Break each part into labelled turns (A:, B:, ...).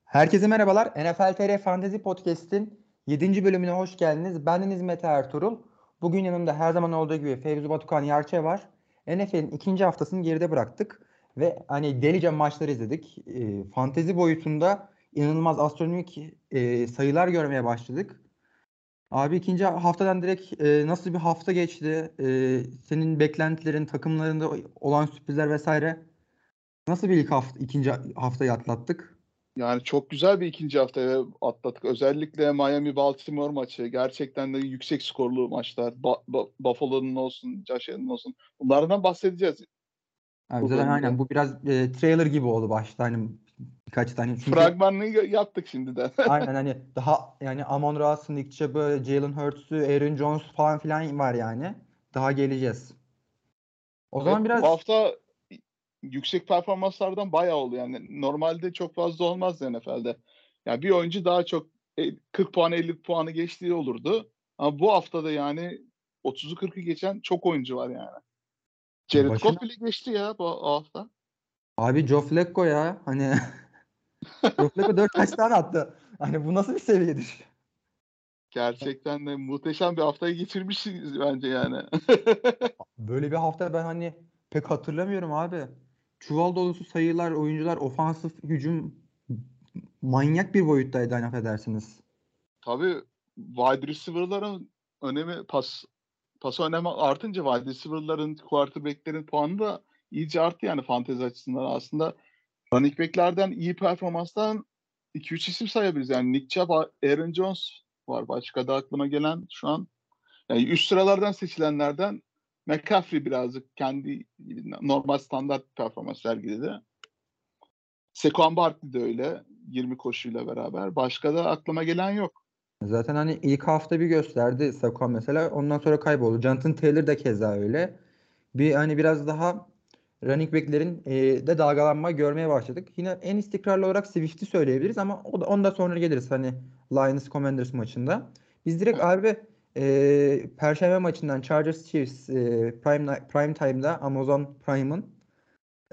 A: Herkese merhabalar. NFL TR Fantasy Podcast'in 7. bölümüne hoş geldiniz. Bendeniz Mete Ertuğrul. Bugün yanımda her zaman olduğu gibi Fevzi Batukan Yarçe var. NFL'in ikinci haftasını geride bıraktık ve hani delice maçları izledik. Fantezi boyutunda inanılmaz astronomik sayılar görmeye başladık. Abi ikinci haftadan direkt nasıl bir hafta geçti? Senin beklentilerin, takımlarında olan sürprizler vesaire. Nasıl bir ikinci haftayı atlattık?
B: Yani çok güzel bir ikinci haftaya atlattık. Özellikle Miami-Baltimore maçı. Gerçekten de yüksek skorlu maçlar. Buffalo'nun olsun, Josh Allen'ın olsun. Bunlardan bahsedeceğiz
A: Abi
B: bu
A: zaten
B: bölümde.
A: aynen bu biraz trailer gibi oldu başta hani birkaç tane çünkü
B: Fragmanını yaptık şimdi de.
A: aynen hani daha yani Amon-Ra, Nick Chubb'ı, Jalen Hurts'u, Aaron Jones falan filan var yani. Daha geleceğiz. O
B: Evet,
A: zaman
B: bu
A: biraz
B: hafta yüksek performanslardan bayağı oldu. Yani normalde çok fazla olmazdı NFL'de. Yani bir oyuncu daha çok 40 puan 50 puanı geçtiği olurdu. Ama bu haftada yani 30'u 40'ı geçen çok oyuncu var yani. Jared
A: başına
B: Goff bile geçti ya bu hafta.
A: abi Joe Flacco ya hani Joe Flacco 4 touchdown attı. Hani bu nasıl bir seviyedir?
B: Gerçekten de muhteşem bir haftayı geçirmişsiniz bence yani.
A: Böyle bir hafta ben hani pek hatırlamıyorum abi. Çuval dolusu sayılar, oyuncular, ofansif hücum manyak bir boyuttaydı hani affedersiniz.
B: Tabii wide receiver'ların önemi pas önemi artınca wide receiver'ların, quarterback'lerin puanı da iyice arttı yani fantezi açısından aslında. Running back'lerden iyi performanstan 2-3 isim sayabiliriz. Yani Nick Chubb, Aaron Jones var. Başka da aklıma gelen şu an. Yani üst sıralardan seçilenlerden McCaffrey birazcık kendi normal standart performans sergiledi. Saquon Barkley de öyle. 20 koşuyla beraber. Başka da aklıma gelen yok.
A: Zaten hani ilk hafta bir gösterdi Saquon mesela. Ondan sonra kayboldu. Jonathan Taylor da keza öyle. Bir hani biraz daha running back'lerin de dalgalanma görmeye başladık. Yine en istikrarlı olarak Swift'i söyleyebiliriz ama ondan sonra geliriz hani Lions Commanders maçında. Biz direkt abi Perşembe maçından Chargers Chiefs prime time'da Amazon Prime'ın e,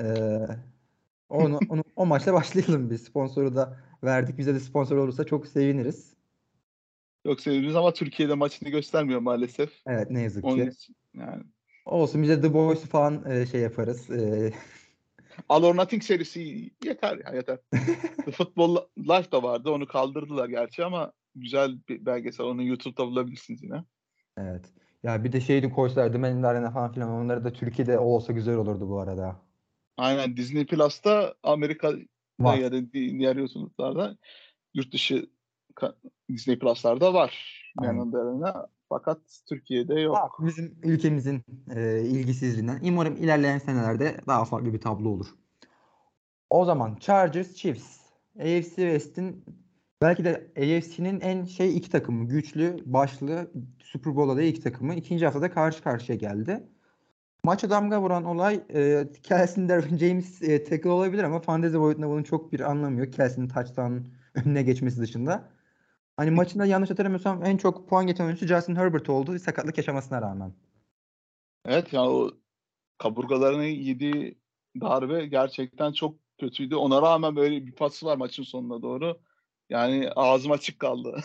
A: o maçla başlayalım biz. Sponsoru da verdik. Bize de sponsor olursa çok seviniriz.
B: Yok seviyoruz ama Türkiye'de maçını göstermiyor maalesef.
A: Evet ne yazık
B: Onun
A: ki.
B: için yani.
A: Olsun bize The Boys'u falan şey yaparız.
B: All or Nothing serisi yeter ya yeter. The Football Life da vardı. Onu kaldırdılar gerçi ama güzel bir belgesel. Onu YouTube'da bulabilirsiniz yine.
A: Evet. Ya bir de şeydi koçlar Dümen'in Arena falan filan onları da Türkiye'de olsa güzel olurdu bu arada.
B: Aynen Disney Plus'ta Amerika'da
A: Var.
B: ya da diğer YouTube'larda yurt dışı Disney Plus'larda var.
A: Aynen.
B: Menonlarına. Fakat Türkiye'de
A: Ama
B: yok.
A: bizim ülkemizin ilgisizliğinden umarım ilerleyen senelerde daha farklı bir tablo olur. O zaman Chargers Chiefs. AFC West'in belki de AFC'nin en şey iki takımı. Güçlü, başlı Super Bowl'da da iki takımı. İkinci haftada karşı karşıya geldi. Maça damga vuran olay Kelsey'nin Derwin James tackle olabilir ama fantezi boyutunda bunun çok bir anlamı yok. Kelsey'nin touchdown'un önüne geçmesi dışında. Hani maçında yanlış hatırlamıyorsam en çok puan getiren oyuncusu Justin Herbert oldu. Bir sakatlık yaşamasına rağmen.
B: Evet ya o kaburgalarını yediği darbe gerçekten çok kötüydü. Ona rağmen böyle bir pası var maçın sonuna doğru. Yani ağzım açık kaldı.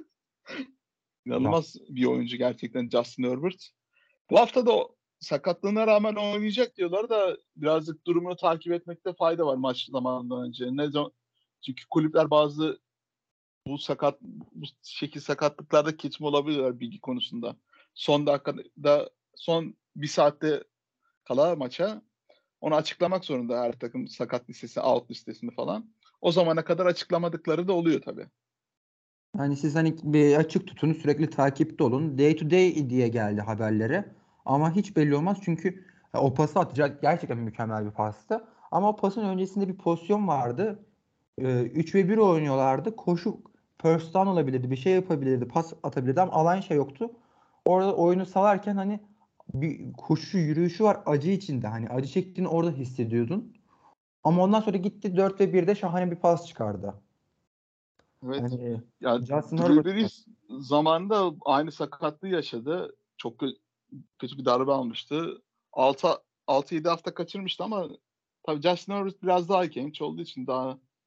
A: Ya
B: İnanılmaz bir oyuncu gerçekten Justin Herbert. Bu hafta da sakatlığına rağmen oynayacak diyorlar da birazcık durumunu takip etmekte fayda var maç zamanından önce. Çünkü kulüpler bazı bu şekil sakatlıklarda ketum olabilirler bilgi konusunda. Son dakikada son bir saatte kala maça onu açıklamak zorunda her takım sakat listesi, out listesini falan. O zamana kadar açıklamadıkları da oluyor tabii.
A: hani siz hani bir açık tutun sürekli takipte olun. Day to day diye geldi haberlere. Ama hiç belli olmaz çünkü o pası atacak gerçekten mükemmel bir pastı. Ama o pasın öncesinde bir pozisyon vardı. 3 ve bir oynuyorlardı. Koşu first down olabilirdi. Bir şey yapabilirdi. Pas atabilirdi ama alan şey yoktu. Orada oyunu salarken hani bir koşu yürüyüşü var acı içinde. Hani acı çektiğini orada hissediyordun. Ama ondan sonra gitti 4 ve 1'de şahane bir pas çıkardı.
B: Evet.
A: Hani
B: Ya
A: Justin
B: Drew
A: Herbert
B: Brees zamanında aynı sakatlığı yaşadı. Çok kötü bir darbe almıştı. 6-7 hafta kaçırmıştı ama tabii Justin Herbert biraz daha genç olduğu için daha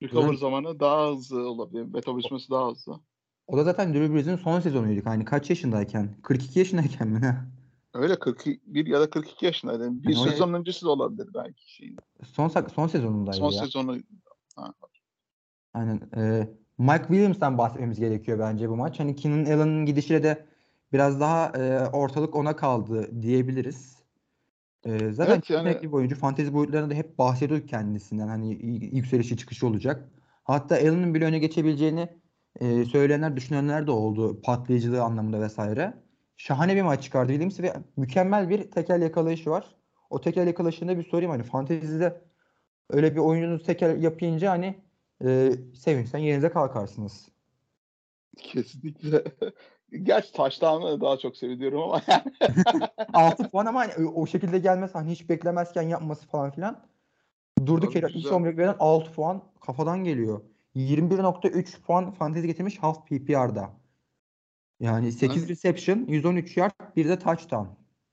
B: Recover
A: Zaten,
B: zamanı daha hızlı olabilir. Metabolizması daha hızlı.
A: o da zaten Drew Brees'in son sezonuydu. Hani kaç yaşındayken? 42 yaşındayken mi ne?
B: Öyle 41 ya da 42 yaşındaydı. Bir
A: Yani
B: sezon öncesi de olabilir belki şeyin.
A: son sezonundaydı
B: Son
A: ya.
B: sezonu. Ha.
A: Aynen. Mike Williams'tan bahsetmemiz gerekiyor bence bu maç. Hani Keenan Allen'ın gidişiyle de biraz daha ortalık ona kaldı diyebiliriz. Zaten
B: Evet
A: çok
B: yani
A: yetenekli bir oyuncu. Fantezi boyutlarında da hep bahsediyorduk kendisinden. Hani yükselişi çıkışı olacak. Hatta Allen'ın bile öne geçebileceğini söyleyenler, düşünenler de oldu. Patlayıcılığı anlamında vesaire. Şahane bir maç çıkardı Williams ve mükemmel bir tekel yakalayışı var. O tekel yakalayışında bir sorayım, hani fantezide öyle bir oyuncunuz tekel yapınca hani sevinçten yerinize kalkarsınız.
B: kesinlikle. Gerçi touchdown'ı daha çok seviyorum ama yani.
A: 6 puan ama hani o şekilde gelmez, hani hiç beklemezken yapması falan filan. Durduk
B: Tabii
A: yere hiç
B: güzel.
A: olmayacak bir yerden 6 puan kafadan geliyor. 21.3 puan fantezi getirmiş half PPR'da. Yani 8
B: Yani
A: reception, 113 yard, bir de touchdown.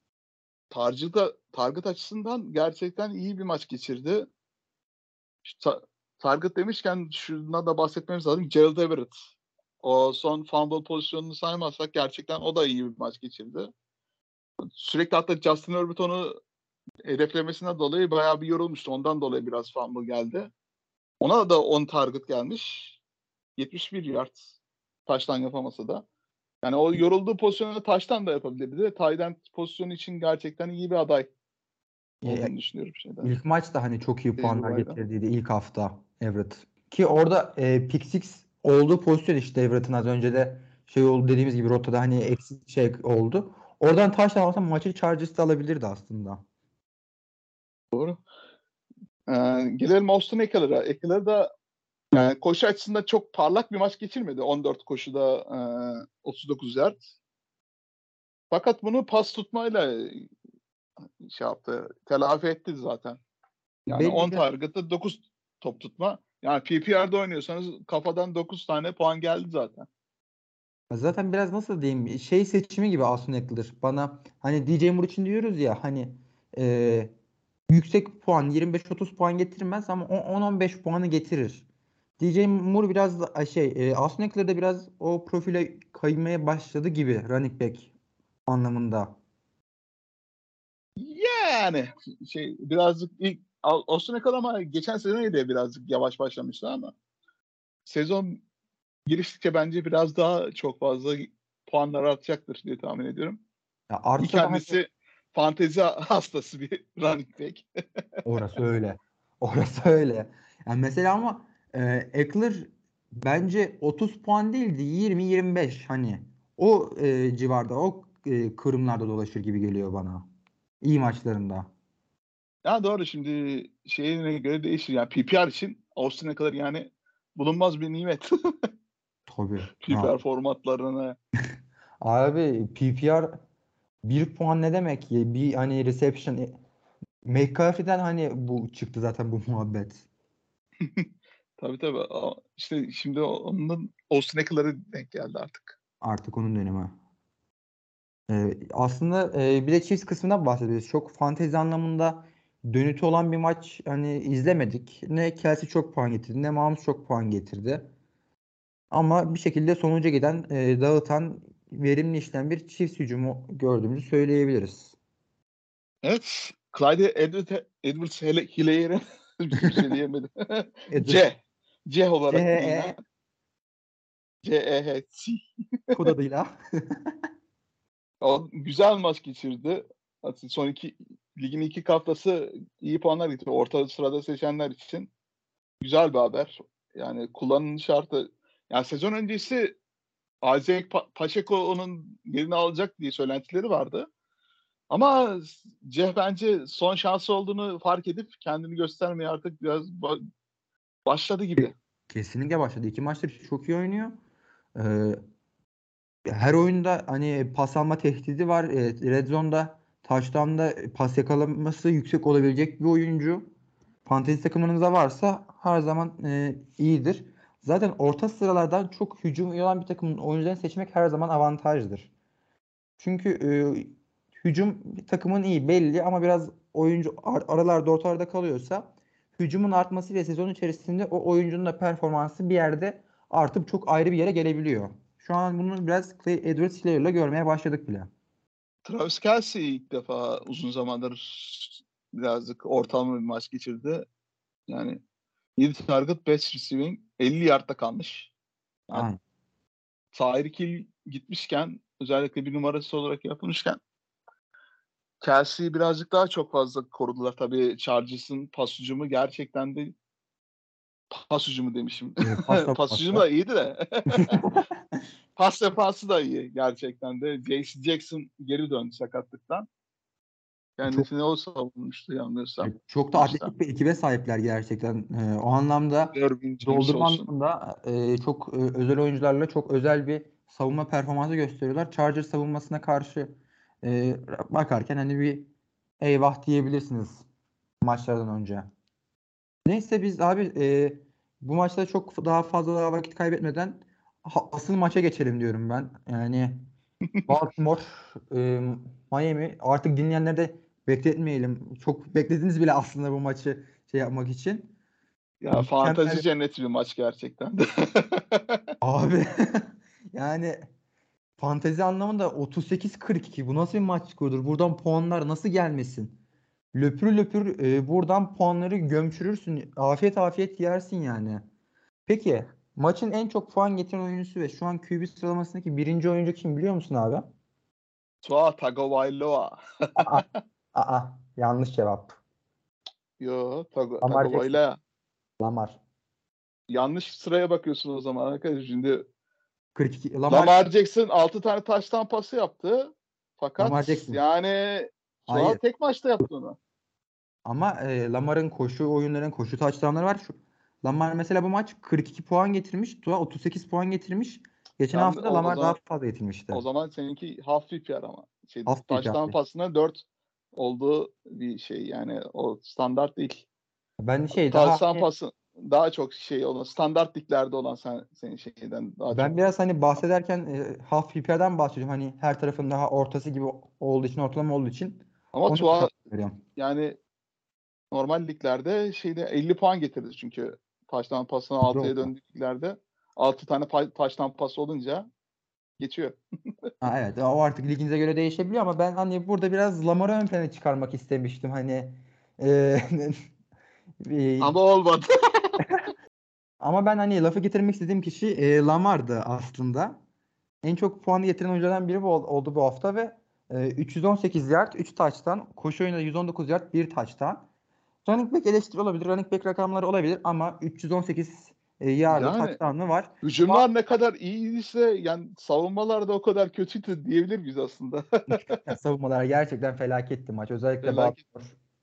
B: target açısından gerçekten iyi bir maç geçirdi. Ta- Target demişken şundan da bahsetmemiz lazım. Gerald Everett. O son fumble pozisyonunu saymazsak gerçekten o da iyi bir maç geçirdi. Sürekli hatta Justin Herbert onu hedeflemesinden dolayı bayağı bir yorulmuştu. Ondan dolayı biraz fumble geldi. Ona da 10 target gelmiş. 71 yard. Taştan yapamasa da. Yani o yorulduğu pozisyonu taştan da yapabilirdi. Tight end pozisyonu için gerçekten iyi bir aday
A: E,
B: olduğunu düşünüyorum şeyden.
A: İlk maçta hani çok iyi
B: David
A: puanlar
B: White'dan.
A: getirdiydi ilk hafta Everett. Ki orada pick six olduğu pozisyon işte Everett'ın az önce de şey oldu dediğimiz gibi rotada hani eksik şey oldu. Oradan touchdown alsa maçı Chargers'ta alabilirdi aslında.
B: Doğru. Gelelim Austin Eckler'a. Eckler da yani koşu açısından çok parlak bir maç geçirmedi. 14 koşuda 39 yard. Fakat bunu pas tutmayla şey yaptı. Telafi etti zaten. Yani
A: Belli
B: 10
A: bir
B: target'ta 9 top tutma. Yani PPR'da oynuyorsanız kafadan 9 tane puan geldi zaten.
A: zaten biraz nasıl diyeyim şey seçimi gibi Austin Eckler. Bana hani DJ Moore için diyoruz ya hani e, yüksek puan 25-30 puan getirmez ama 10-15 puanı getirir. DJ Moore biraz da Austin Eckler de biraz o profile kaymaya başladı gibi running back anlamında.
B: Yani birazcık ilk Austin Eckler ama geçen sene de birazcık yavaş başlamıştı ama sezon geliştikçe bence biraz daha çok fazla puanlar artacaktır diye tahmin ediyorum.
A: Ya
B: Ki
A: artsa da hani
B: kendisi fantezi hastası bir running back.
A: orası öyle. Orası öyle. Yani mesela ama Eckler bence 30 puan değildi. 20-25 hani o civarda o kırımlarda dolaşır gibi geliyor bana. İyi maçlarında.
B: Ya doğru, şimdi şeyine göre değişir. Yani PPR için Austin Eckler yani bulunmaz bir nimet.
A: Tabii. Ya,
B: PPR formatlarına.
A: abi PPR bir puan ne demek ya? Bir hani reception McCaffrey'den hani bu çıktı zaten bu muhabbet.
B: Tabii tabii. İşte şimdi onun Austin Eckler'ı denk geldi artık.
A: Artık onun dönemi. Aslında bir de Chiefs kısmından bahsediyoruz. Çok fantezi anlamında dönütü olan bir maç hani izlemedik. Ne Kelsey çok puan getirdi, ne Mahomes çok puan getirdi. Ama bir şekilde sonuca giden, dağıtan, verimli işleyen bir Chiefs hücumu gördüğümüzü söyleyebiliriz.
B: Evet. Clyde Edwards-Hilaire'e bir türlü söyleyemedim.
A: Edward
B: C. C olarak bilinen
A: CHE
B: CEH.
A: kod adıyla.
B: O güzel maç geçirdi. Aslında son ligin iki haftası iyi puanlar getirdi. Orta sırada seçenler için güzel bir haber. Yani kullanım şartı. Yani sezon öncesi Isaac Pacheco onun yerini alacak diye söylentileri vardı. Ama Ceh bence son şansı olduğunu fark edip kendini göstermeye artık biraz başladı gibi.
A: Kesinlikle başladı. İki maçtır çok iyi oynuyor. Ee, Her oyunda hani pas alma tehdidi var. Red Zone'da touchdown'da pas yakalaması yüksek olabilecek bir oyuncu. Fantezi takımlarınızda varsa her zaman iyidir. Zaten orta sıralardan çok hücum iyi olan bir takımın oyuncularını seçmek her zaman avantajdır. Çünkü hücum bir takımın iyi belli ama biraz oyuncu aralarda ortalarda kalıyorsa hücumun artmasıyla sezon içerisinde o oyuncunun da performansı bir yerde artıp çok ayrı bir yere gelebiliyor. Şu an bunu biraz Clay Edwards-Hilaire'la görmeye başladık bile.
B: Travis Kelce ilk defa uzun zamandır birazcık ortalama bir maç geçirdi. Yani 7 target 5 receiving 50 yardta kalmış. Yani
A: Aynen.
B: Tyreek Hill gitmişken özellikle bir numarası olarak yapılmışken Kelsey'yi birazcık daha çok fazla korudular. Tabii Chargers'ın pas hücumu gerçekten de pas hücumu demişim.
A: Pas
B: Pas hücumu
A: savunması.
B: da iyiydi de. Pas defansı da iyi gerçekten de. J.C. Jackson geri döndü sakatlıktan.
A: Çok
B: Kendisini o savunmuştu yanılmıyorsam
A: çok da
B: maçta.
A: atletik bir ekibe sahipler gerçekten. O anlamda
B: Irving James
A: doldurma
B: olsun.
A: anlamında çok özel oyuncularla çok özel bir savunma performansı gösteriyorlar. Chargers savunmasına karşı bakarken hani bir eyvah diyebilirsiniz maçlardan önce. Neyse biz abi bu maçta çok daha fazla daha vakit kaybetmeden asıl maça geçelim diyorum ben. Yani Baltimore, e, Miami artık dinleyenleri de bekletmeyelim. Çok beklediniz bile aslında bu maçı şey yapmak için.
B: Ya
A: Mükemmel
B: fantezi cenneti bir maç gerçekten de.
A: abi. Yani fantezi anlamında 38-42 bu nasıl bir maç skorudur? Buradan puanlar nasıl gelmesin? Löpür löpür buradan puanları gömçürürsün. Afiyet afiyet yersin yani. Peki maçın en çok puan getiren oyuncusu ve şu an QB sıralamasındaki birinci oyuncu kim biliyor musun abi?
B: Tua Tagovailoa.
A: Aa, yanlış cevap.
B: Yo,
A: Lamar Jackson.
B: Tagovailoa.
A: Lamar.
B: Yanlış sıraya bakıyorsun o zaman arkadaş. Şimdi
A: 42. Lamar
B: Lamar Jackson 6 tane taştan pası yaptı.
A: Lamar
B: Fakat
A: Jackson.
B: yani Tua
A: Hayır.
B: tek maçta yaptı onu.
A: Ama Lamar'ın koşu oyunların koşu touchdownları var. Lamar mesela bu maç 42 puan getirmiş. Tua 38 puan getirmiş. Geçen
B: Sen
A: hafta da
B: o
A: Lamar daha
B: zaman
A: fazla getirmişti.
B: seninki half PPR ama.
A: Half
B: Taştan
A: PPR.
B: pasına 4 olduğu bir şey yani o standart değil.
A: Ben şey daha
B: Taştan
A: hani
B: pası daha çok şey olan standart liglerde olan senin şeyden daha
A: ben
B: çok.
A: biraz hani bahsederken half PPR'den bahsediyorum. Hani her tarafın daha ortası gibi olduğu için ortalama olduğu için
B: Ama
A: onu
B: Tua
A: veriyorum.
B: yani normal liglerde 50 puan getirdi çünkü taştan pasına
A: Doğru.
B: 6'ya döndük liglerde 6 tane taştan pas olunca geçiyor.
A: Ha, evet o artık liginize göre değişebiliyor ama ben hani burada biraz Lamar'ı ön plana çıkarmak istemiştim hani e, e,
B: Ama olmadı.
A: ama ben hani lafı getirmek istediğim kişi Lamar'dı aslında. En çok puanı getiren oyunculardan biri oldu bu hafta ve 318 yard, 3 touchdown, koşu oyunda 119 yard, 1 touchdown. Running back eleştiri olabilir, running back rakamları olabilir ama 318 yardı
B: Yani
A: touchdown'ı var.
B: hücumlar ne kadar iyiyse yani savunmalar da o kadar kötüydü diyebilir miyiz aslında?
A: Savunmalar gerçekten felaketti maç. Özellikle
B: Felaket.
A: Baltimore.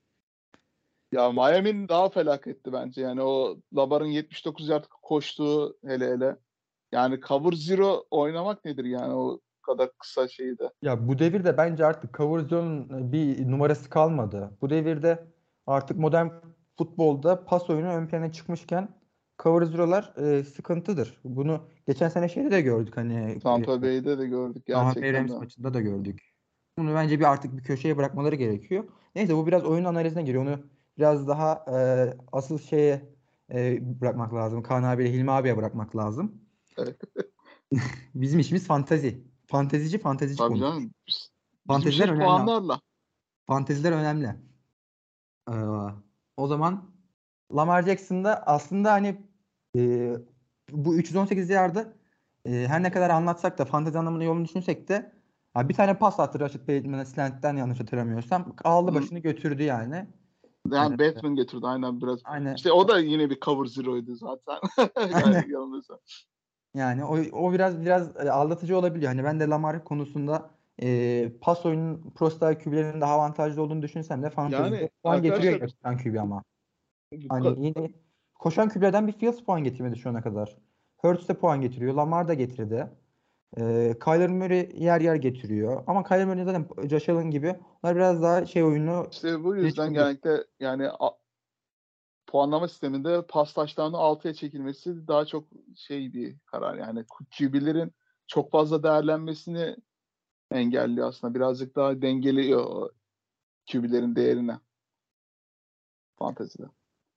B: Ya Miami'nin daha felaketti bence. Yani o Lamar'ın 79 yard koştuğu hele. Yani cover zero oynamak nedir yani o kadar kısa şeyde.
A: Ya bu devirde bence artık cover zone'un bir numarası kalmadı. Bu devirde artık modern futbolda pas oyunu ön plana çıkmışken cover zero'lar sıkıntıdır. Bunu geçen sene şeyde de gördük hani
B: Tampa Bay'de de gördük
A: Tampa Bay
B: gerçekten de.
A: Rams maçında da gördük. Bunu bence bir artık bir köşeye bırakmaları gerekiyor. Neyse bu biraz oyun analizine giriyor. Onu biraz daha asıl şeye bırakmak lazım. Kaan abiyle Hilmi abiye bırakmak lazım.
B: Evet.
A: Bizim işimiz fantezi. Fantezici
B: Tabii
A: konuşur.
B: canım. Bizim
A: Fanteziler
B: şey
A: önemli abi.
B: puanlarla.
A: Fanteziler önemli. Ee, o zaman Lamar Jackson'da aslında hani e, bu 318 yardı her ne kadar anlatsak da fantezi anlamında yolunu düşünsek de bir tane pas attı Rashid Bateman'a slant'ten yanlış hatırlamıyorsam. Aldı
B: Hı.
A: başını götürdü yani. E,
B: Yani Batman getirdi aynen biraz.
A: aynen.
B: İşte o da yine bir cover zero'ydu zaten.
A: Aynen.
B: Yani yanılmıyorsam.
A: Yani o biraz aldatıcı olabiliyor. Hani ben de Lamar konusunda pas oyunun pro style QB'lerinin daha avantajlı olduğunu düşünsem de fantezide
B: Yani
A: puan getiriyor
B: arkadaşlar
A: yine koşan QB ama.
B: bu
A: Hani yine koşan QB'lerden bir Fields puan getirmedi şu ana kadar. Hurts de puan getiriyor. Lamar da getirdi. Kyler Murray yer yer getiriyor. Ama Kyler Murray zaten Josh Allen gibi. Onlar biraz daha şey oyunu
B: işte bu
A: öne
B: yüzden
A: çıkabiliyor.
B: genellikle yani puanlama sisteminde pas taşlarının 6'ya çekilmesi daha çok şey bir karar. Yani QB'lerin çok fazla değerlenmesini engelliyor aslında. Birazcık daha dengeliyor o QB'lerin değerini fantezide.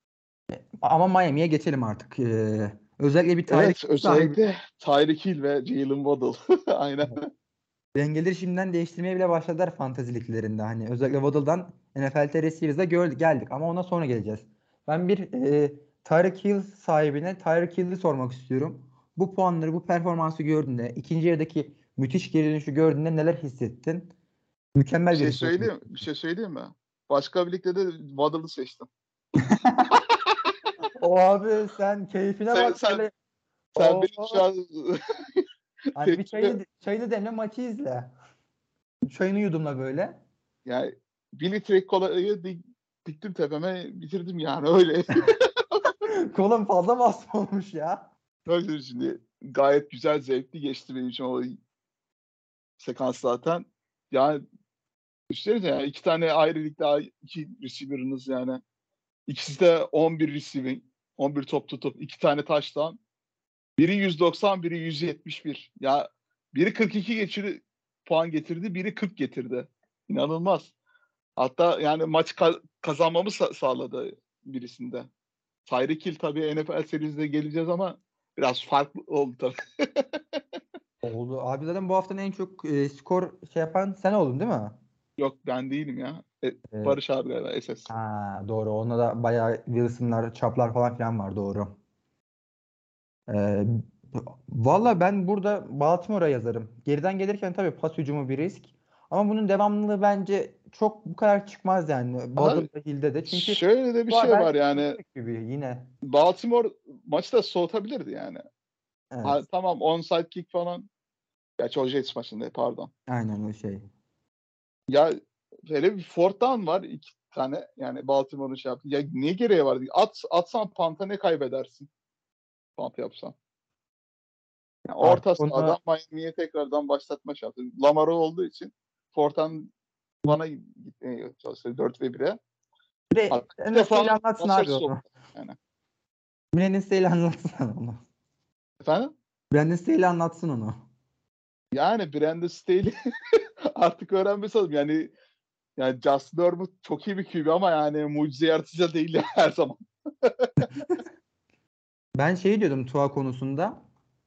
A: Ama Miami'ye geçelim artık. Özellikle bir
B: Evet,
A: Tyreek sahibi.
B: özellikle Tyreek Hill ve Jalen Waddle. Aynen.
A: Dengeleri şimdiden değiştirmeye bile başladılar fantasy liglerinde. Hani özellikle Waddle'dan NFL TR geldik ama ona sonra geleceğiz. Ben bir Tyreek Hill sahibine Tyreek Hill'i sormak istiyorum. Bu puanları, bu performansı gördüğünde, ikinci yarıdaki müthiş geri dönüşü gördüğünde neler hissettin?
B: Bir
A: Mükemmel bir
B: şey
A: his olmuş.
B: söyleyeyim, bir şey söyleyeyim mi? Başka bir ligde de Waddle'ı seçtim.
A: O abi sen keyfine
B: Sen
A: bak
B: sen
A: böyle.
B: sen
A: O
B: benim şu an
A: hani bir
B: tepkime
A: çayını demle maçı izle. Çayını yudumla böyle.
B: yani bir litre kolayı diktim tepeme bitirdim yani öyle.
A: Kolun fazla mı olmuş ya?
B: Öyle şimdi gayet güzel zevkli geçti benim için o sekans zaten. Yani düşünsenize yani iki tane ayrı ligde iki receiver'ınız yani. İkisi de 11 receiving, 11 top tutup iki tane touchdown. Biri 190, biri 171. Ya biri 42 puan getirdi, biri 40 getirdi. İnanılmaz. Hatta yani maç kazanmamı sağladı birisinde. Tyreek Hill tabii NFL serisinde geleceğiz ama biraz farklı oldu tabii.
A: Oldu. Abi zaten bu haftanın en çok skor şey yapan sen oldun değil mi?
B: Yok ben değilim ya.
A: E,
B: Barış abi galiba SS.
A: doğru. Onda da bayağı Wilson'lar, çaplar falan filan var. Doğru. E, Valla ben burada Baltimore'a yazarım. Geriden gelirken tabii pas hücumu bir risk. Ama bunun devamlılığı bence çok bu kadar çıkmaz yani.
B: Aha,
A: Waddle ve Hill'de de. Çünkü
B: şöyle de bir
A: var
B: şey var
A: belki
B: yani.
A: çözecek gibi yine.
B: Baltimore maçı da soğutabilirdi yani. Ha,
A: Evet.
B: tamam onside kick falan. Gerçi o Jets maçında pardon.
A: Aynen o şey.
B: Ya hele bir fourth down var iki tane. Yani Baltimore'un şey yaptı. Ya niye gereği var? Atsan panta ne kaybedersin? Punt yapsan. Yani
A: Artık
B: orta
A: onu
B: sahadan Miami'ye tekrardan başlatma şansı. Lamar olduğu için Fortan bana gitmeye çalışıyor 4 ve 1'e. Hatta iki
A: Brandon Staley
B: defa
A: anlatsın
B: maça
A: abi onu.
B: soktu. Yani.
A: Brandon Staley anlatsın onu.
B: Efendim?
A: Brandon Staley anlatsın onu.
B: Yani Brandon Staley artık öğrenmesi lazım. Yani Justin Herbert çok iyi bir QB ama yani mucize yaratıcı değil ya her zaman.
A: Ben şey diyordum Tua konusunda.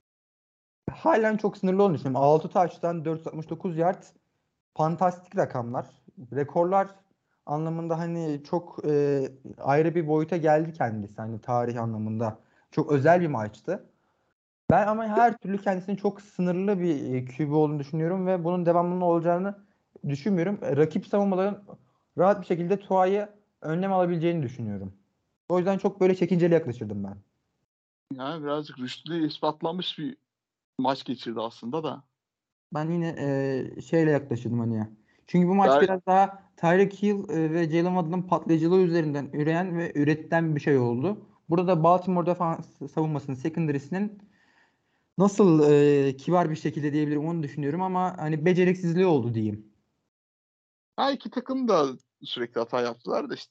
A: Halen çok sınırlı olduğunu düşünüyorum. 6 taçtan 469 yard fantastik rakamlar. Rekorlar anlamında hani çok ayrı bir boyuta geldi kendisi. Hani tarih anlamında. Çok özel bir maçtı. Ben ama her türlü kendisinin çok sınırlı bir QB olduğunu düşünüyorum ve bunun devamının olacağını düşünmüyorum. Rakip savunmaların rahat bir şekilde Tua'yı önlem alabileceğini düşünüyorum. O yüzden çok böyle çekinceli yaklaşırdım ben.
B: Yani birazcık rüştü ispatlanmış bir maç geçirdi aslında da.
A: Ben yine şeyle yaklaşırdım hani. Çünkü bu maç
B: Ya
A: biraz daha Tyreek Hill ve Jalen Waddle'ın patlayıcılığı üzerinden üreyen ve üretilen bir şey oldu. Burada da Baltimore defans savunmasının secondary'sinin nasıl kibar bir şekilde diyebilirim onu düşünüyorum ama hani beceriksizliği oldu diyeyim.
B: her iki takım da sürekli hata yaptılar da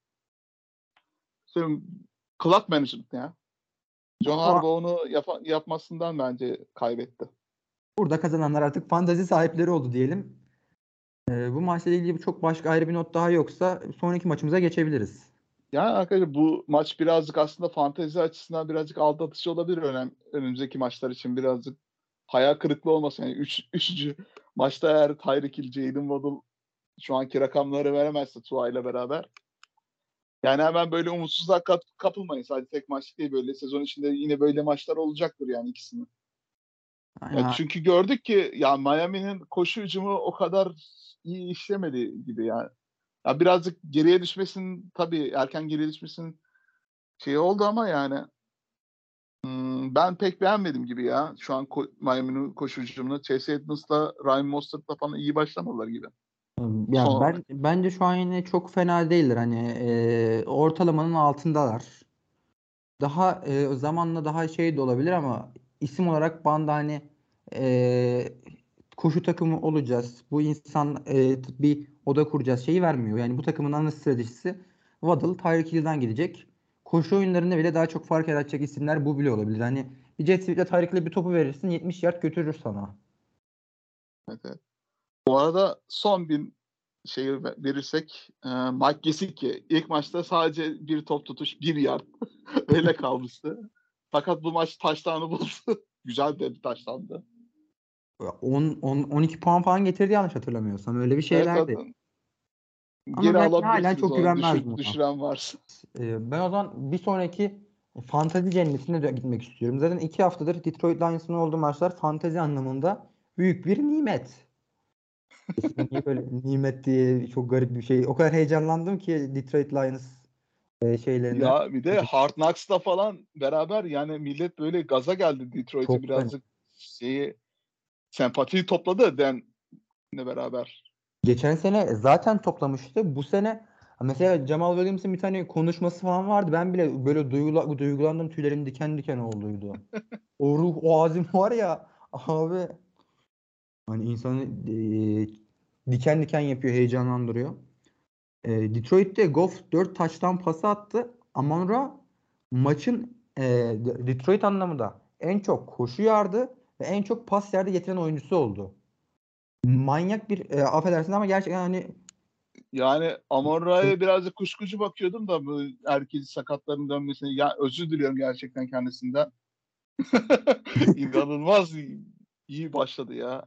B: işte clock management ya. John
A: Ama
B: Harbaugh onu yapmasından bence kaybetti.
A: burada kazananlar artık fantazi sahipleri oldu diyelim. Bu maçla ilgili çok başka ayrı bir not daha yoksa sonraki maçımıza geçebiliriz.
B: Yani arkadaşlar bu maç birazcık aslında fantezi açısından birazcık aldatıcı olabilir önümüzdeki maçlar için birazcık hayal kırıklığı olmasın. Yani üçüncü maçta eğer Tyreek Hill, Jalen Waddle şu anki rakamları veremezse Tua ile beraber. Yani hemen böyle umutsuzluğa kapılmayın. Sadece tek maç değil böyle sezon içinde yine böyle maçlar olacaktır yani ikisinin. Ya
A: Yani,
B: çünkü gördük ki ya Miami'nin koşu hücumu o kadar iyi işlemedi gibi yani. Ya birazcık geriye düşmesin tabii erken geriye düşmesin şey oldu ama yani ben pek beğenmedim gibi ya. Şu an Miami'nin koşu hücumunu Chase Edmonds'la Ryan Mostert'la falan iyi başlamadılar gibi.
A: ya
B: Son
A: bence şu an yine çok fena değiller. Hani ortalamanın altındalar. Daha zamanla daha şey de olabilir ama isim olarak bana hani e, koşu takımı olacağız. Bu insan bir oda kuracağız şeyi vermiyor. Yani bu takımın ana stratejisi Waddle, Tyreek Hill'den gelecek. Koşu oyunlarında bile daha çok fark yaratacak isimler bu bile olabilir. Hani bir Jet Sweep'le Tyreek Hill'e bir topu verirsin 70 yard götürür sana.
B: evet, evet. Bu arada son bir şeyi verirsek Mike Gesicki ilk maçta sadece bir top tutuş 1 yard öyle kalmıştı. Fakat bu maç touchdown'u buldu. Güzel bir touchdown'dı.
A: 12 puan falan getirdi yanlış hatırlamıyorsam. Öyle bir
B: Evet,
A: şeylerdi.
B: zaten
A: Ama
B: geri
A: ben hala
B: alabilirsiniz
A: çok
B: onu
A: güvenmezdim ona.
B: düşüren varsa.
A: Ben o zaman bir sonraki fantezi cennetine de gitmek istiyorum. Zaten 2 haftadır Detroit Lions'ın olduğu maçlar fantezi anlamında büyük bir nimet. İsmi niye böyle nimet diye çok garip bir şey. O kadar heyecanlandım ki Detroit Lions şeylerinden.
B: Ya bir de Hard Knocks'la falan beraber yani millet böyle gaza geldi, Detroit'e
A: Çok fena.
B: birazcık sempatiyi topladı Dan'le beraber.
A: Geçen sene zaten toplamıştı. Bu sene mesela Jamal Williams'ın bir tane konuşması falan vardı. Ben bile böyle duygulandım. Tüylerim diken diken olduydu. O ruh, o azim var ya abi. Hani insanı diken diken yapıyor, heyecanlandırıyor. Detroit'te Goff 4 touchdown pası attı. Amon-Ra maçın Detroit anlamında en çok koşu yardı ve en çok pas yardı getiren oyuncusu oldu. Manyak bir affedersin ama gerçekten hani
B: Yani Amon-Ra'ya birazcık kuşkucu bakıyordum da bu herkes sakatların dönmesine, ya özür diliyorum gerçekten kendisinden. İnanılmaz iyi başladı ya.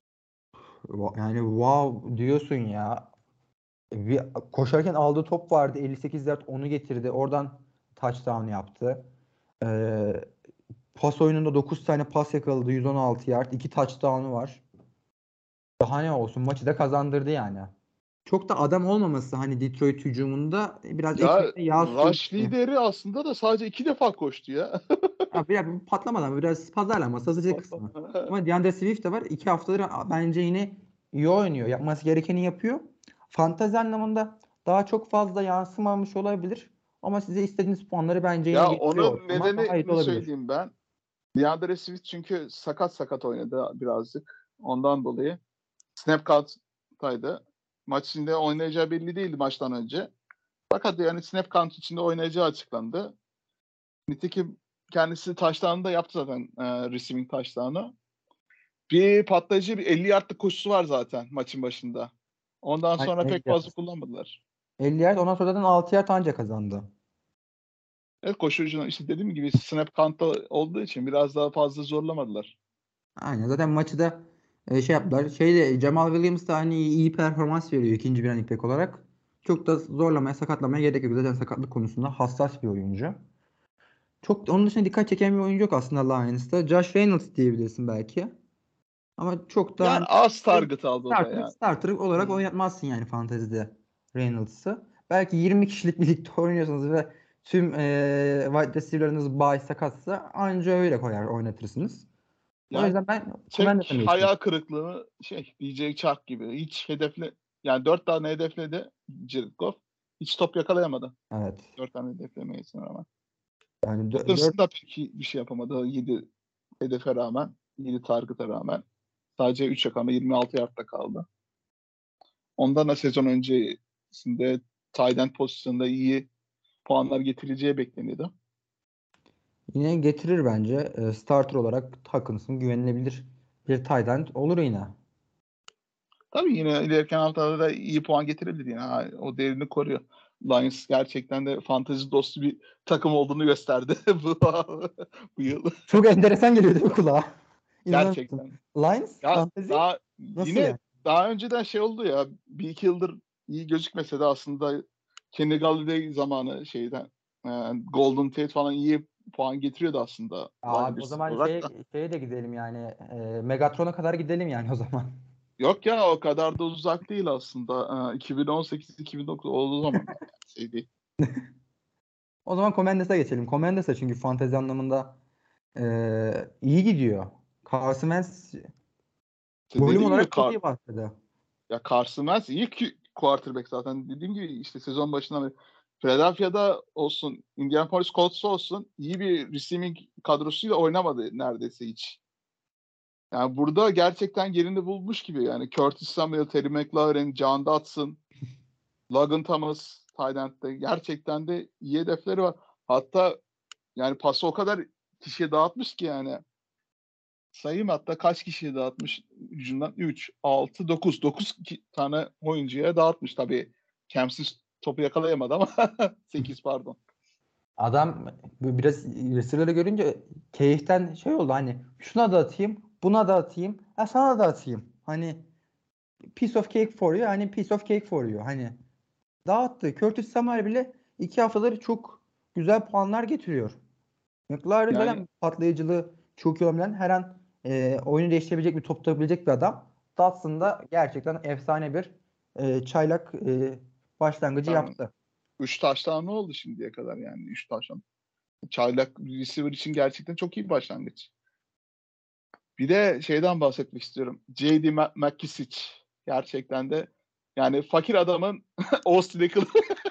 A: yani wow diyorsun ya. Bir, koşarken aldığı top vardı. 58 yard onu getirdi. Oradan touchdown yaptı. Ee, Pas oyununda 9 tane pas yakaladı. 116 yard. 2 touchdown'u var. Daha ne olsun? Maçı da kazandırdı yani. Çok da adam olmaması hani Detroit hücumunda biraz
B: Ya
A: ekmeğine yağ
B: rush
A: sürmüştü.
B: lideri aslında da sadece 2 defa koştu ya.
A: Ya biraz patlamadan biraz pazarlaması hızlıca kısmı. Ama DeAndre Swift de var. 2 haftadır bence yine iyi oynuyor. Yapması gerekeni yapıyor. Fantezi anlamında daha çok fazla yansımamış olabilir. Ama size istediğiniz puanları bence yine
B: Ya
A: getiriyor
B: onun
A: ortalama. Gayet
B: nedenini
A: olabilir.
B: söyleyeyim ben. DeAndre Swift çünkü sakat oynadı birazcık. Ondan dolayı. Snap count'taydı. Maç içinde oynayacağı belli değildi maçtan önce. Fakat yani snap count içinde oynayacağı açıklandı. Nitekim kendisi touchdown'u da yaptı zaten, receiving touchdown'u. Bir patlayıcı bir 50 yardlık koşusu var zaten maçın başında. Ondan
A: Aynen
B: sonra
A: 50
B: pek
A: yard.
B: fazla kullanmadılar.
A: 50 yard ondan sonra zaten 6 yard anca kazandı.
B: Evet, koşucunun işte dediğim gibi snap count'ta olduğu için biraz daha fazla zorlamadılar.
A: Aynen zaten maçı da şey yaptılar. Şeyde Jamal Williams da hani iyi performans veriyor ikinci bir running back olarak. Çok da zorlamaya, sakatlamaya gerek yok. Zaten sakatlık konusunda hassas bir oyuncu. Çok onun dışında dikkat çeken bir oyuncu yok aslında Lions'ta. Josh Reynolds diyebilirsin belki. Ama çok da
B: Yani
A: hani
B: az target aldı o da yani.
A: starter olarak
B: Hmm.
A: oynatmazsın yani fantezide Reynolds'ı. Belki 20 kişilik birlikte oynuyorsanız ve tüm wide receiver'larınız bay sakatsa anca öyle koyar oynatırsınız. O
B: Yani
A: yüzden ben
B: tek
A: Commanders geçiyorum.
B: hayal kırıklığı DJ Chark gibi. Hiç yani 4 tane hedefledi Jared Goff. Hiç top yakalayamadı.
A: Evet.
B: 4 tane hedeflemesine rağmen.
A: Yani 4
B: Patterson da pek bir şey yapamadı. 7 hedefe rağmen, 7 target'a rağmen. Sadece 3 yakama 26 yardta kaldı. Ondan da sezon öncesinde tight end pozisyonunda iyi puanlar getireceği bekleniyordu.
A: yine getirir bence. Starter olarak Hawkins'ın güvenilebilir bir tight end olur yine.
B: Tabii yine ileriki haftalarda da iyi puan getirebilir yine. O değerini koruyor. Lions gerçekten de fantezi dostu bir takım olduğunu gösterdi bu yıl.
A: Çok enteresan geliyor değil mi kulağa? İnanamıyorum.
B: Gerçekten.
A: Lions
B: Ya
A: fantezi
B: daha
A: nasıl
B: yine
A: yani?
B: daha önceden şey oldu ya, bir iki yıldır iyi gözükmese de aslında Kenny Galladay zamanı Golden Tate falan iyi puan getiriyordu aslında wide
A: Abi o
B: receiver
A: zaman
B: olarak da.
A: şeye de gidelim yani. Megatron'a kadar gidelim yani o zaman.
B: Yok ya, o kadar da uzak değil aslında. 2018-2009 olduğu zaman değil.
A: O zaman Commandes'e geçelim. Commandes'e çünkü fantezi anlamında iyi gidiyor. Carson Wentz
B: İşte
A: volüm
B: dediğim gibi
A: olarak çok iyi başladı.
B: Carson Wentz iyi ki quarterback zaten. Dediğim gibi işte sezon başından beri Philadelphia'da olsun, Indianapolis Colts'ta olsun iyi bir receiving kadrosuyla oynamadı neredeyse hiç. Yani burada gerçekten yerini bulmuş gibi yani. Curtis Samuel, Terry McLaurin, John Dodson, Logan Thomas, tight end'de gerçekten de iyi hedefleri var. Hatta yani pası o kadar kişiye dağıtmış ki yani. sayayım hatta kaç kişiye dağıtmış hücumdan? 3, 6, 9. 9 tane oyuncuya dağıtmış. Tabii Kemsiz topu yakalayamadı ama 8 pardon.
A: Adam biraz receiver'ları görünce keyiften şey oldu, hani şuna da atayım, buna da atayım, sana da atayım. Hani piece of cake for you, hani piece of cake for you. Hani dağıttı. Curtis Samuel bile 2 haftaları çok güzel puanlar getiriyor. McLaren
B: Yani
A: zaten patlayıcılığı çok iyi olabilen, her an oyunu değiştirebilecek bir top tutabilecek bir adam. Dotson da gerçekten efsane bir çaylak başlangıcı
B: tamam.
A: yaptı.
B: 3 taştan ne oldu şimdiye kadar yani? 3 taştan. Çaylak receiver için gerçekten çok iyi bir başlangıç. Bir de şeyden bahsetmek istiyorum. J.D. McKissick. Gerçekten de yani fakir adamın Austin Eckler.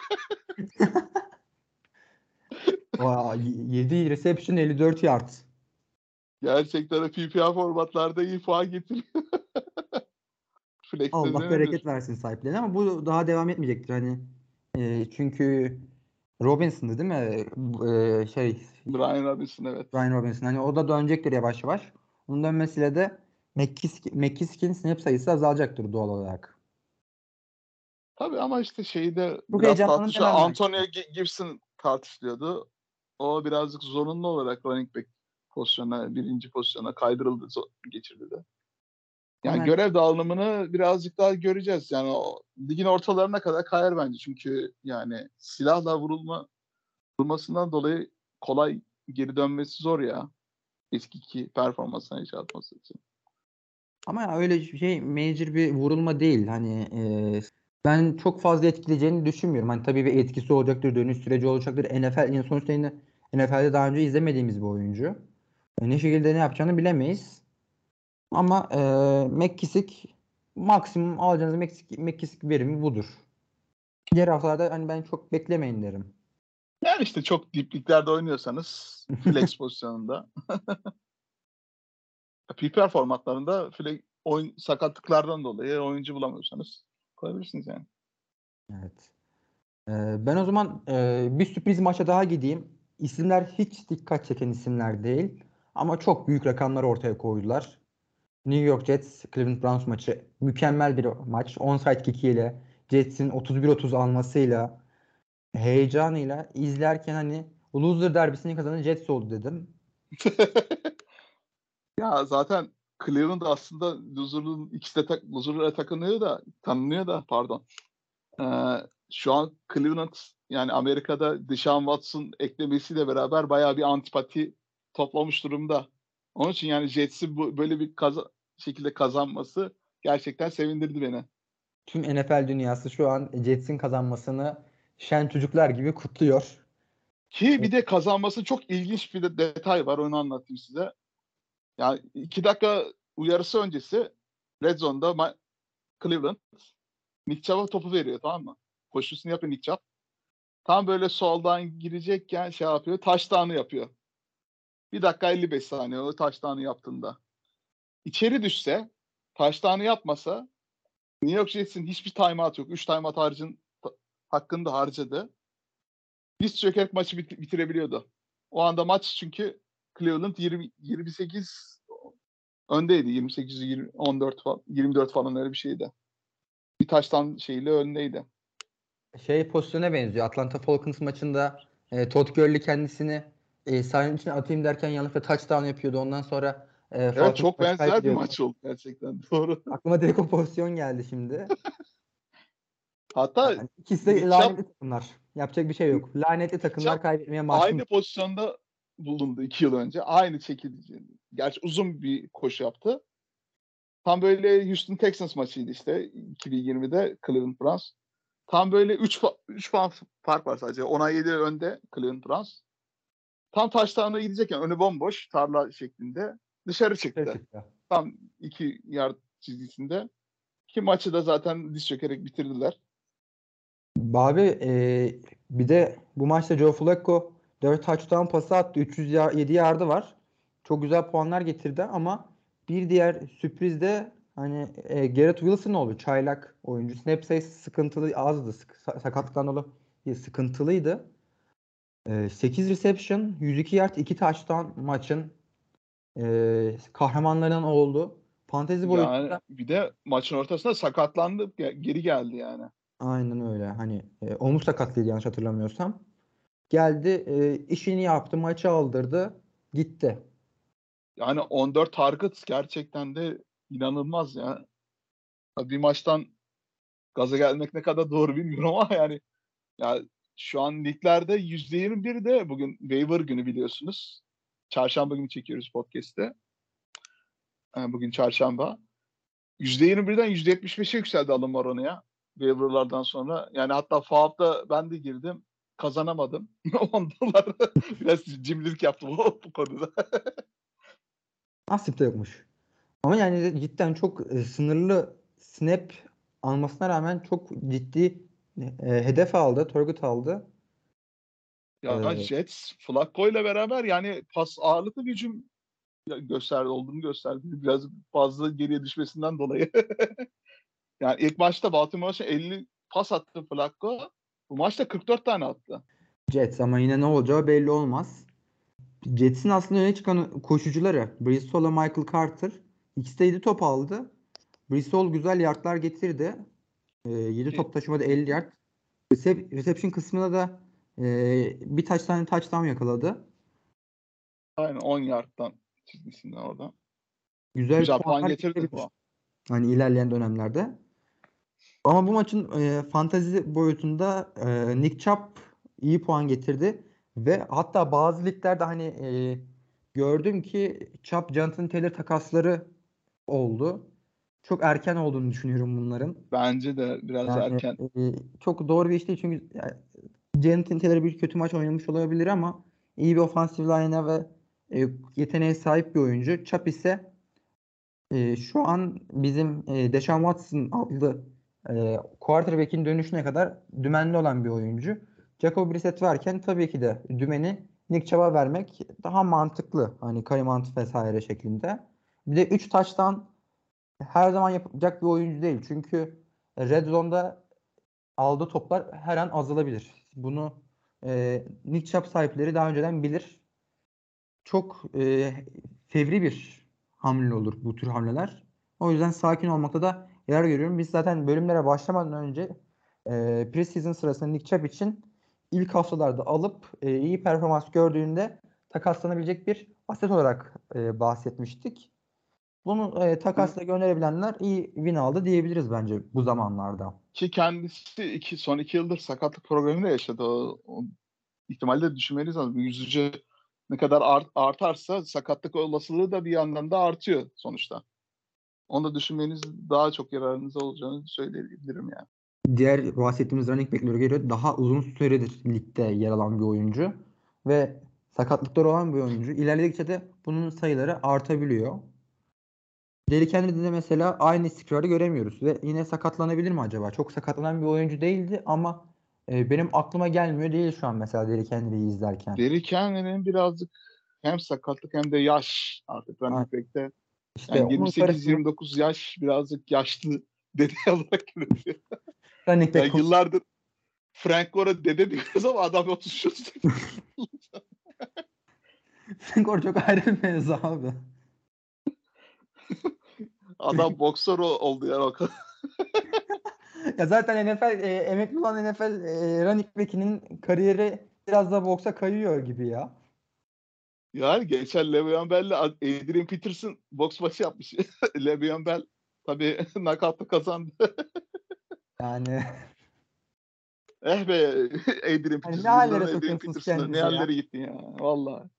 A: 7 reception, 54 yard.
B: Gerçekten de PPR formatlarda iyi puan getiriyor. Flex'te
A: Allah
B: denebilir.
A: bereket versin sahiplerine, ama bu daha devam etmeyecektir hani. Çünkü Robinson'dı değil mi?
B: Brian Robinson evet.
A: Brian Robinson. Hani o da dönecektir yavaş yavaş. Onun dönmesiyle de McKissick'in snap sayısı azalacaktır doğal olarak.
B: Tabii ama işte şeyi de
A: Çok
B: biraz
A: heyecanlandım
B: tartışıyor.
A: demem belki.
B: Antonio Gibson tartışılıyordu. O birazcık zorunlu olarak running back pozisyona, birinci pozisyona kaydırıldı, geçirdi de.
A: Ama
B: Yani
A: yani
B: görev dağılımını birazcık daha göreceğiz. Yani o, ligin ortalarına kadar kayar bence. Çünkü yani silahla vurulmasından dolayı kolay geri dönmesi zor ya. Eskiki performansına hiç atması için.
A: ama ya öyle şey major bir vurulma değil. Hani ben çok fazla etkileyeceğini düşünmüyorum. Hani tabii bir etkisi olacaktır, dönüş süreci olacaktır. NFL, yani sonuçta yine NFL'de daha önce izlemediğimiz bir oyuncu. Ne şekilde ne yapacağını bilemeyiz. Ama McKissick, maksimum alacağınız McKissick verimi budur. Diğer haftalarda hani ben çok beklemeyin derim.
B: Yani işte çok dipliklerde oynuyorsanız flex pozisyonunda PPR formatlarında oyun sakatlıklardan dolayı oyuncu bulamıyorsanız koyabilirsiniz yani.
A: Evet. Ben o zaman bir sürpriz maça daha gideyim. İsimler hiç dikkat çeken isimler değil. Ama çok büyük rakamlar ortaya koydular. New York Jets Cleveland Browns maçı mükemmel bir maç. Onside kick ile Jets'in 31-30 almasıyla, heyecanıyla izlerken hani loser derbisini kazanan Jets oldu dedim.
B: Ya zaten Cleveland aslında loser'lara tanınıyor da pardon. Şu an Cleveland yani Amerika'da Deshaun Watson eklemesiyle beraber bayağı bir antipati toplamış durumda. Onun için yani Jets'i böyle bir şekilde kazanması gerçekten sevindirdi beni.
A: Tüm NFL dünyası şu an Jets'in kazanmasını şen çocuklar gibi kutluyor.
B: Ki bir de kazanması çok ilginç bir detay var onu anlatayım size. Yani 2 dakika uyarısı öncesi Red Zone'da Cleveland Nick Chubb'a topu veriyor tamam mı? Koşusunu yapıyor Nick Chubb. Tam böyle soldan girecekken şey yapıyor. Touchdown'ı yapıyor. 1 dakika 55 saniye o touchdown'ı yaptığında. İçeri düşse, touchdown'ı yapmasa New York Jets'in hiçbir timeout yok. 3 timeout hakkında harcadı. Diz çökerek maçı bitirebiliyordu. O anda maç çünkü Cleveland 28 öndeydi. 28 14 falan, 24 falan öyle bir şeydi. Bir taştan şeyle öndeydi.
A: Pozisyona benziyor. Atlanta Falcons maçında Todd Gurley kendisini sahanın içine atayım derken yanlışlıkla touchdown yapıyordu. Ondan sonra
B: Evet
A: Falcons
B: çok
A: maçı
B: benzer bir
A: kaybediyordu.
B: maç oldu gerçekten. Doğru.
A: Aklıma direkt o pozisyon geldi şimdi.
B: Hatta
A: Yani ikisi de
B: Nick Chubb
A: lanetli takımlar. Yapacak bir şey yok. Lanetli
B: Nick Chubb
A: takımlar kaybetmeye mahkum.
B: aynı pozisyonda bulundu 2 yıl önce. Aynı şekilde. Gerçi uzun bir koşu yaptı. Tam böyle Houston Texans maçıydı işte 2020'de Cleveland Browns. Tam böyle 3 puan fark var sadece. 10'a 7 önde Cleveland Browns. Tam touchdown'a gidecekken önü bomboş tarla şeklinde dışarı
A: Dışarı
B: çıktı.
A: çıktı.
B: Tam 2 yard çizgisinde. Ki maçı da zaten diz çökerek bitirdiler.
A: Abi bir de bu maçta Joe Flacco 4 touchdown pası attı. 307 yardı var. Çok güzel puanlar getirdi, ama bir diğer sürpriz de hani Garrett Wilson oldu. Çaylak oyuncu. Snap sayısı sıkıntılı azdı. Sakatlıktan dolayı sıkıntılıydı. 8 reception, 102 yard, 2 touchdown maçın. kahramanlarından oldu. Fantezi
B: Yani
A: boyutunda
B: bir de maçın ortasında sakatlandı. Geri geldi yani.
A: aynen öyle. Hani omuz sakatlıydı yanlış hatırlamıyorsam. Geldi, işini yaptı, maçı aldırdı, gitti.
B: Yani 14 target gerçekten de inanılmaz ya. Bir maçtan gaza gelmek ne kadar doğru bilmiyorum ama yani ya şu an liglerde %21 de bugün waiver günü biliyorsunuz. Çarşamba günü çekiyoruz podcast'te. Bugün çarşamba. %21'den %75'e yükseldi alım oranı ya. Waiver'lardan sonra. Yani hatta FAAB'da ben de girdim. Kazanamadım. Ondalar biraz cimrilik yaptım bu konuda.
A: Nasip de yokmuş. Ama yani cidden çok sınırlı snap almasına rağmen çok ciddi hedef aldı, target aldı.
B: Ya
A: E,
B: Jets Flacco ile beraber yani pas ağırlıklı bir hücum olduğunu gösterdi. Biraz fazla geriye düşmesinden dolayı. Yani ilk maçta Baltimore maçı 50 pas attı Flacco. Bu maçta 44 tane attı.
A: Jets ama yine ne olacağı belli olmaz. Jets'in aslında öne çıkan koşucuları Bristol ve Michael Carter. İkisi de 7 top aldı. Bristol güzel yardlar getirdi. 7
B: Ki
A: top taşımada 50 yard. Reception kısmında da bir tane touchdown yakaladı.
B: aynen 10 yardtan çizgisinden oradan.
A: Güzel
B: Güzel puan
A: puanlar
B: getirdi
A: getirebilir.
B: bu.
A: Hani ilerleyen dönemlerde. Ama bu maçın fantezi boyutunda Nick Chubb iyi puan getirdi. Ve hatta bazı liglerde hani gördüm ki Chubb Jonathan Taylor takasları oldu. Çok erken olduğunu düşünüyorum bunların.
B: Bence de biraz
A: Yani
B: erken.
A: çok doğru bir iş değil çünkü yani, Jonathan Taylor bir kötü maç oynamış olabilir ama iyi bir offensive line'a ve yeteneğe sahip bir oyuncu. Chubb ise şu an bizim Deshaun Watson adlı quarterback'in dönüşüne kadar dümenli olan bir oyuncu. Jacob Brissett varken tabii ki de dümeni Nick Chubb'a vermek daha mantıklı. Hani Kareem vesaire şeklinde. Bir de 3 taştan her zaman yapacak bir oyuncu değil. Çünkü Red Zone'da aldığı toplar her an azalabilir. Bunu Nick Chubb sahipleri daha önceden bilir. Çok fevri bir hamle olur bu tür hamleler. O yüzden sakin olmakta da yer görüyorum. Biz zaten bölümlere başlamadan önce preseason sırasında Nick Chubb için ilk haftalarda alıp iyi performans gördüğünde takaslanabilecek bir aset olarak bahsetmiştik. Bunu takasla gönderebilenler iyi win aldı diyebiliriz bence bu zamanlarda.
B: Ki kendisi son 2 yıldır sakatlık probleminde yaşadı. O ihtimali de düşünmeliyiz lazım. Yüzücü ne kadar artarsa sakatlık olasılığı da bir yandan da artıyor sonuçta. Onu da düşünmeniz daha çok yararınıza olacağını söyleyebilirim yani.
A: Diğer bahsettiğimiz running back'lere göre daha uzun süredir ligde yer alan bir oyuncu ve sakatlıkları olan bir oyuncu. İlerledikçe de bunun sayıları artabiliyor. Derrick Henry'de de mesela aynı istikrarı göremiyoruz ve yine sakatlanabilir mi acaba? Çok sakatlanan bir oyuncu değildi ama benim aklıma gelmiyor değil şu an mesela Derrick Henry'yi izlerken.
B: Derrick Henry'nin birazcık hem sakatlık hem de yaş artık
A: Ha,
B: running back'te.
A: İşte
B: Yani
A: onun karşısında
B: 28-29 yaş birazcık yaşlı dede olarak görülüyor.
A: running back
B: Yani yıllardır Frank Gore'a dede diyoruz ama adam 30 yaşında.
A: Gore çok ayrı bir mevzu abi.
B: Adam boksör oldu yani o kadar.
A: Ya zaten NFL emekli olan NFL running back'inin kariyeri biraz da boksa kayıyor gibi ya.
B: Yani geçen Le'Veon Bell'le Adrian Peterson boks maçı yapmış. Le'Veon Bell tabii nakavtla kazandı.
A: Yani
B: Be Adrian
A: hani ne
B: Peterson.
A: hallere
B: Yılların Adrian
A: sokuyorsunuz
B: Peterson'ı. Ne
A: kendinizi ya.
B: hallere gittin ya. Vallahi.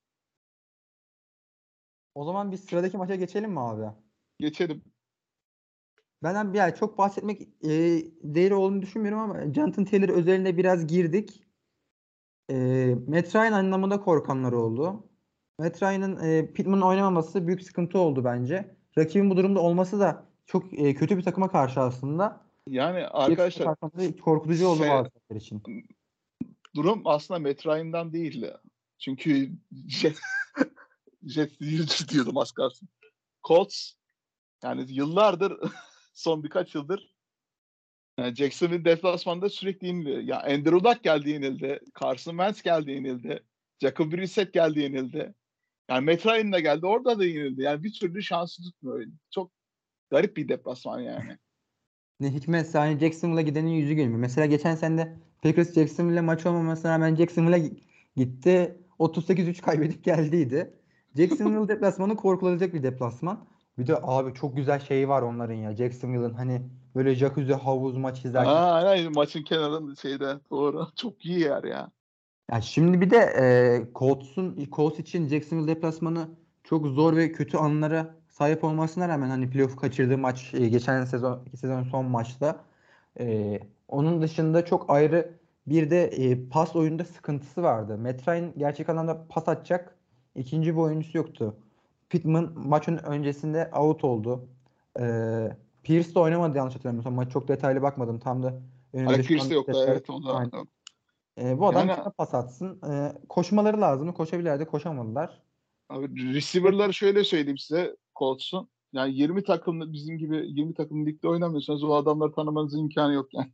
A: O zaman biz sıradaki maça geçelim mi abi?
B: Geçelim.
A: Benden bir ay çok bahsetmek değeri olduğunu düşünmüyorum ama Jonathan Taylor özeline biraz girdik. Matt Ryan anlamında korkanlar oldu. Matt Ryan'ın Pittman'ın oynamaması büyük sıkıntı oldu bence. Rakibin bu durumda olması da çok kötü bir takıma karşı aslında.
B: Yani
A: Hepsine
B: arkadaşlar
A: karşı korkutucu oldu bazıları için.
B: durum aslında Matt Ryan'dan değil ya. Çünkü Jet diyordum az kalsın. Colts yani yıllardır son birkaç yıldır yani Jacksonville deplasmanda sürekli yeniliyor. Ya Andrew Luck geldi yenildi. Carson Wentz geldi yenildi. Jacob Brissett geldi yenildi. Yani Matt Ryan da geldi. Orada da yenildi. Yani bir türlü şansı tutmuyor. Çok garip bir deplasman yani.
A: Ne hikmetse hani Jacksonville'a gidenin yüzü gülmüyor. Mesela geçen sene de Packers Jacksonville'le maç olmamasına rağmen Jacksonville'a gitti. 38-3 kaybedip geldiydi. Jacksonville deplasmanı korkulacak bir deplasman. Bir de abi çok güzel şey var onların ya. Jacksonville'ın hani böyle jacuzzi havuz maç izlerken.
B: Aynen maçın kenarında şeyde. Doğru. Çok iyi yer ya.
A: Ya şimdi bir de Colts için Jacksonville deplasmanı çok zor ve kötü anlara sahip olmasına rağmen hani playoff kaçırdığı maç geçen sezon son maçta onun dışında çok ayrı bir de pas oyunda sıkıntısı vardı. Matt Ryan gerçek anlamda pas atacak ikinci bir oyuncusu yoktu. Pittman maçın öncesinde out oldu. Pierce de oynamadı yanlış hatırlamıyorsam. Maç çok detaylı bakmadım. Tam da önümde
B: Alec
A: şu
B: Pierce
A: an
B: de yoktu.
A: defter.
B: Evet o da yok.
A: Bu adam
B: Yani
A: kime pas atsın? Koşmaları lazım. Koşabilirler de koşamadılar.
B: abi, receiver'ları şöyle söyleyeyim size Colts'un. Yani 20 takımlı bizim gibi 20 takımlı ligde oynamıyorsanız o adamları tanımanızın imkanı yok yani.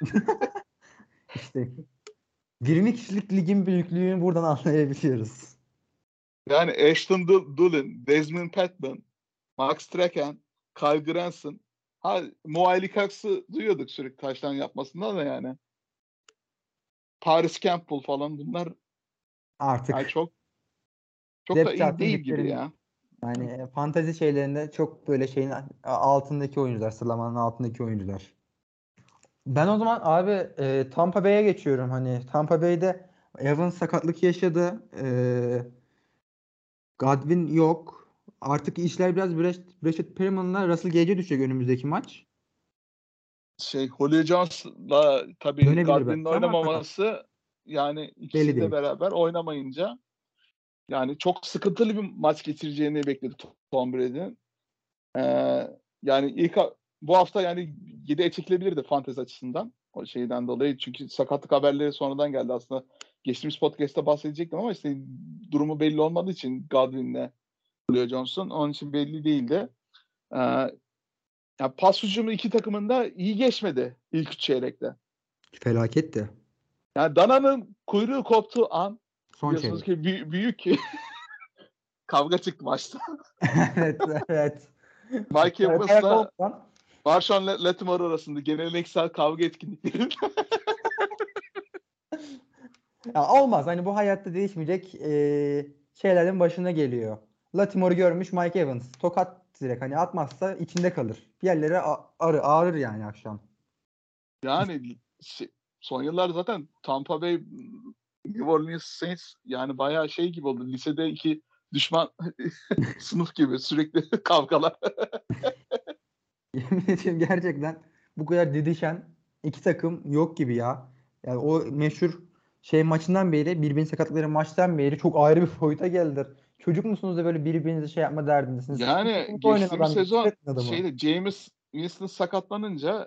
A: İşte 20 kişilik ligin büyüklüğünü buradan anlayabiliyoruz.
B: Yani Ashton Dulin, Desmond Patman, Max Strachan, Kyle Granson. Ha, Mo Alie Cox'ı duyuyorduk sürekli taştan yapmasından da yani. Paris Campbell falan bunlar yani
A: Artık
B: çok da
A: depth
B: iyi
A: chart'ın
B: değil gibi
A: diplerinde.
B: ya.
A: Yani fantazi şeylerinde çok böyle şeyin altındaki oyuncular, sıralamanın altındaki oyuncular. Ben o zaman abi Tampa Bay'e geçiyorum. Hani Tampa Bay'de Evans sakatlık yaşadı. Godwin yok. Artık işler biraz Breshad Perriman'la Russell Gage'e düşecek önümüzdeki maç.
B: Julio Jones'la tabii
A: Dönebilir
B: Godwin'in
A: belki ama sakat.
B: oynamaması yani
A: Belli
B: ikisi de
A: değil.
B: beraber oynamayınca yani çok sıkıntılı bir maç geçireceğini bekledi Tom Brady'nin. Ee, yani bu hafta yani 7'ye çekilebilirdi fantezi açısından. O şeyden dolayı. Çünkü sakatlık haberleri sonradan geldi aslında. Geçtiğimiz podcast'ta bahsedecektim ama işte durumu belli olmadığı için Godwin'le Julio Johnson. Onun için belli değildi. Ee, yani pas hücumu iki takımın da iyi geçmedi ilk üç çeyrekte.
A: Felaketti.
B: Yani Dana'nın kuyruğu koptuğu an
A: Son
B: biliyorsunuz
A: çeyrek.
B: ki büyük kavga çıktı maçta.
A: Evet, evet.
B: Mike
A: Dayak
B: Evans'la
A: olmadan
B: Marshawn Lattimore arasında geleneksel kavga etkinlikleri.
A: ya olmaz. Hani bu hayatta değişmeyecek şeylerin başına geliyor. Latimore'u görmüş Mike Evans. Tokat direkt hani atmazsa içinde kalır. Bir yerlere ağrır yani akşam.
B: Yani son yıllar zaten Tampa Bay New Orleans Saints yani bayağı şey gibi oldu. Lisede iki düşman sınıf gibi sürekli kavgalar.
A: Yemin ediyorum gerçekten bu kadar didişen iki takım yok gibi ya. Yani o meşhur şey maçından beri birbirini sakatlıkları maçtan beri çok ayrı bir boyuta geldiler. Çocuk musunuz da böyle birbirinize şey yapma derdindesiniz?
B: Yani
A: Takımda oynayan
B: geçtiğimiz
A: adam gibi
B: sezon
A: hissettin adamı.
B: James Winston sakatlanınca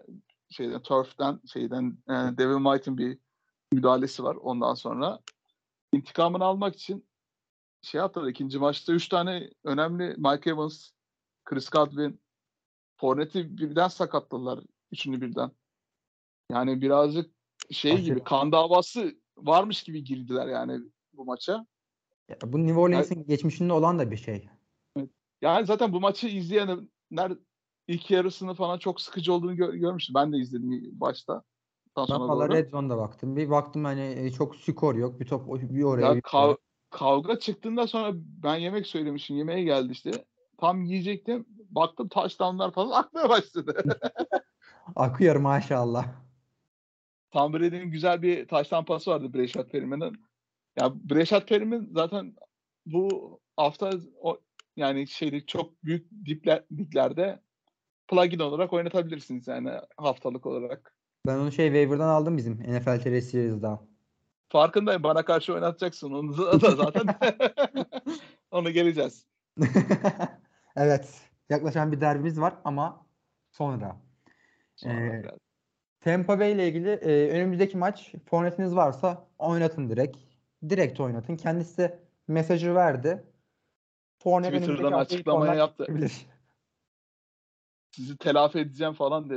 B: Devin White'in bir müdahalesi var ondan sonra. İntikamını almak için şey yaptılar. İkinci maçta 3 tane önemli Mike Evans, Chris Godwin, Fournette'i birden sakatladılar. Üçünü birden. Yani birazcık şey gibi
A: Aşırı.
B: kan davası varmış gibi girdiler yani bu maça.
A: Ya bu New
B: Yani,
A: Orleans'ın geçmişinde olan da bir şey.
B: yani zaten bu maçı izleyenler ilk yarısını falan çok sıkıcı olduğunu görmüştü. Ben de izledim başta. Daha
A: Ben
B: sonra
A: valla
B: doğru.
A: Red Zone'da baktım. Bir baktım hani çok skor yok. Bir top bir oraya
B: Ya
A: bir buraya.
B: kavga çıktığından sonra ben yemek söylemişim. Yemeğe geldi işte. Tam yiyecektim. Baktım touchdownlar falan akmaya başladı.
A: Akıyor maşallah.
B: Tom Brady'nin güzel bir touchdown pası vardı Breshad Perriman'ın. Ya Breshad Perriman zaten bu hafta yani çok büyük liglerde plugin olarak oynatabilirsiniz yani haftalık olarak.
A: Ben onu şey waiver'dan aldım bizim NFL TR Series'dan.
B: Farkındayım bana karşı oynatacaksın onu da zaten ona geleceğiz.
A: Evet. Yaklaşan bir derbimiz var ama sonra.
B: Sonra
A: Ee,
B: biraz.
A: Tampa Bay ile ilgili önümüzdeki maç Fournette'iniz varsa oynatın direkt. Direkt oynatın. Kendisi mesajı verdi. Fournette önümüzdeki
B: Twitter'dan
A: hafta ilk
B: açıklamaya
A: ondan
B: yaptı.
A: çıkabilir.
B: Sizi telafi edeceğim falan dedi.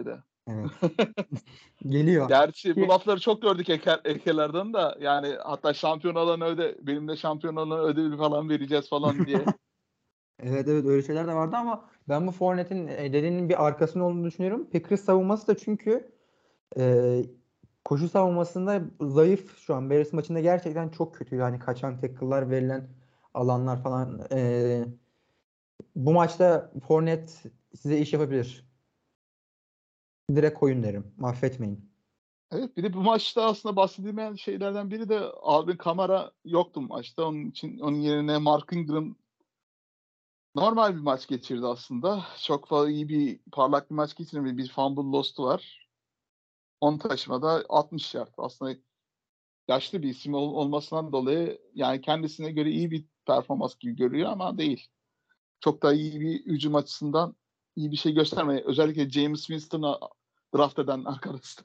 A: Evet. Geliyor.
B: Gerçi bu
A: Ki,
B: lafları çok gördük ekelerden de yani hatta şampiyon olan benim de şampiyon olan ödülü falan vereceğiz falan diye.
A: evet öyle şeyler de vardı ama ben bu Fournette'in dediğinin bir arkasında olduğunu düşünüyorum. Packers savunması da çünkü e, koşu savunmasında zayıf şu an. Bears maçında gerçekten çok kötü. Yani kaçan tackle'lar, verilen alanlar falan. Bu maçta Fournette size iş yapabilir. Direkt koyun derim. Affetmeyin.
B: Evet bir de bu maçta aslında bahsedilmeyen şeylerden biri de Alvin Kamara yoktu maçta. Onun için onun yerine Mark Ingram normal bir maç geçirdi aslında. Çok fazla iyi bir parlak bir maç geçirmedi. Bir fumble loss'u var. 10 taşımada 60 yard. Aslında yaşlı bir isim olmasından dolayı yani kendisine göre iyi bir performans gibi görüyor ama değil. Çok da iyi bir hücum açısından iyi bir şey göstermedi. Özellikle James Winston'a draft eden arkadaşlar.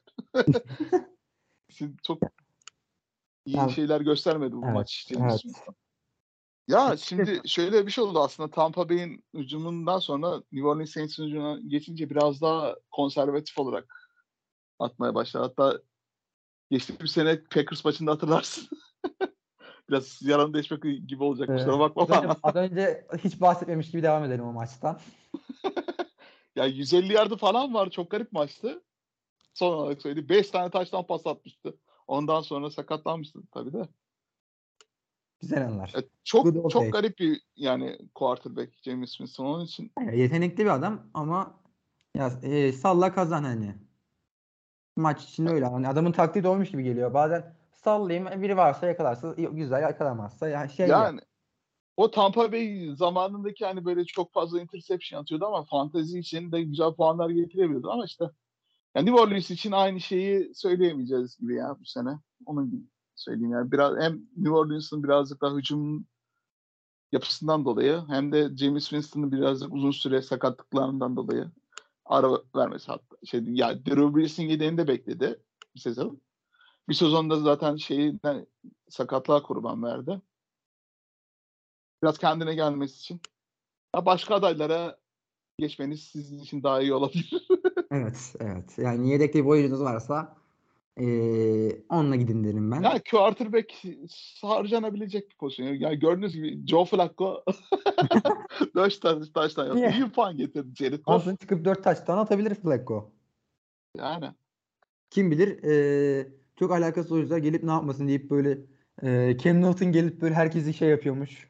B: Çok iyi
A: Yani,
B: şeyler göstermedi bu
A: evet,
B: maç James
A: evet.
B: Winston. Ya
A: Açıkçası,
B: şimdi şöyle bir şey oldu aslında Tampa Bay'in hücumundan sonra New Orleans Saints'in hücumuna geçince biraz daha konservatif olarak atmaya başladı. Hatta geçtiğimiz sene Packers maçında hatırlarsın. Biraz yaranı değişmek gibi olacak kusura bakma bana.
A: az önce hiç bahsetmemiş gibi devam edelim o maçtan.
B: Ya 150 yardı falan var. Çok garip maçtı. Son olarak söyledi. 5 tane taştan pas atmıştı. Ondan sonra sakatlanmıştı tabii de.
A: Güzel anlar.
B: Çok
A: Good old
B: çok
A: days.
B: garip bir yani quarterback James Winston onun için.
A: Yetenekli bir adam ama ya salla kazan hani. Maç için öyle. Hani adamın taktiği de olmuş gibi geliyor. Bazen sallayayım biri varsa yakalarsa güzel, yakalamazsa yani şey ya.
B: Yani o Tampa Bay zamanındaki hani böyle çok fazla interception atıyordu ama fantezi için de güzel puanlar getirebiliyordu ama işte yani New Orleans için aynı şeyi söyleyemeyeceğiz gibi ya bu sene. Onun gibi söyleyeyim yani biraz hem New Orleans'ın birazcık daha hücum yapısından dolayı hem de James Winston'ın birazcık uzun süre sakatlıklarından dolayı ara vermesi hatta ya Drew Brees'in yedeğini de bekledi bir sezon. Bir sezonda zaten şeyden sakatlığa kurban verdi. Biraz kendine gelmesi için. Ya başka adaylara geçmeniz sizin için daha iyi olabilir.
A: Evet, evet. Yani yedekte bir oyuncunuz varsa onunla gidin derim ben.
B: Yani quarterback harcanabilecek bir pozisyon. Yani gördüğünüz gibi Joe Flacco 4 tane taştan yaptı.
A: Niye?
B: İyi puan getirdi Jared Goff.
A: Ansın çıkıp 4 taştan atabilir Flacco.
B: Yani
A: Kim bilir çok alakasız oyuncular gelip ne yapmasın deyip böyle Cam Newton gelip böyle herkesi şey yapıyormuş.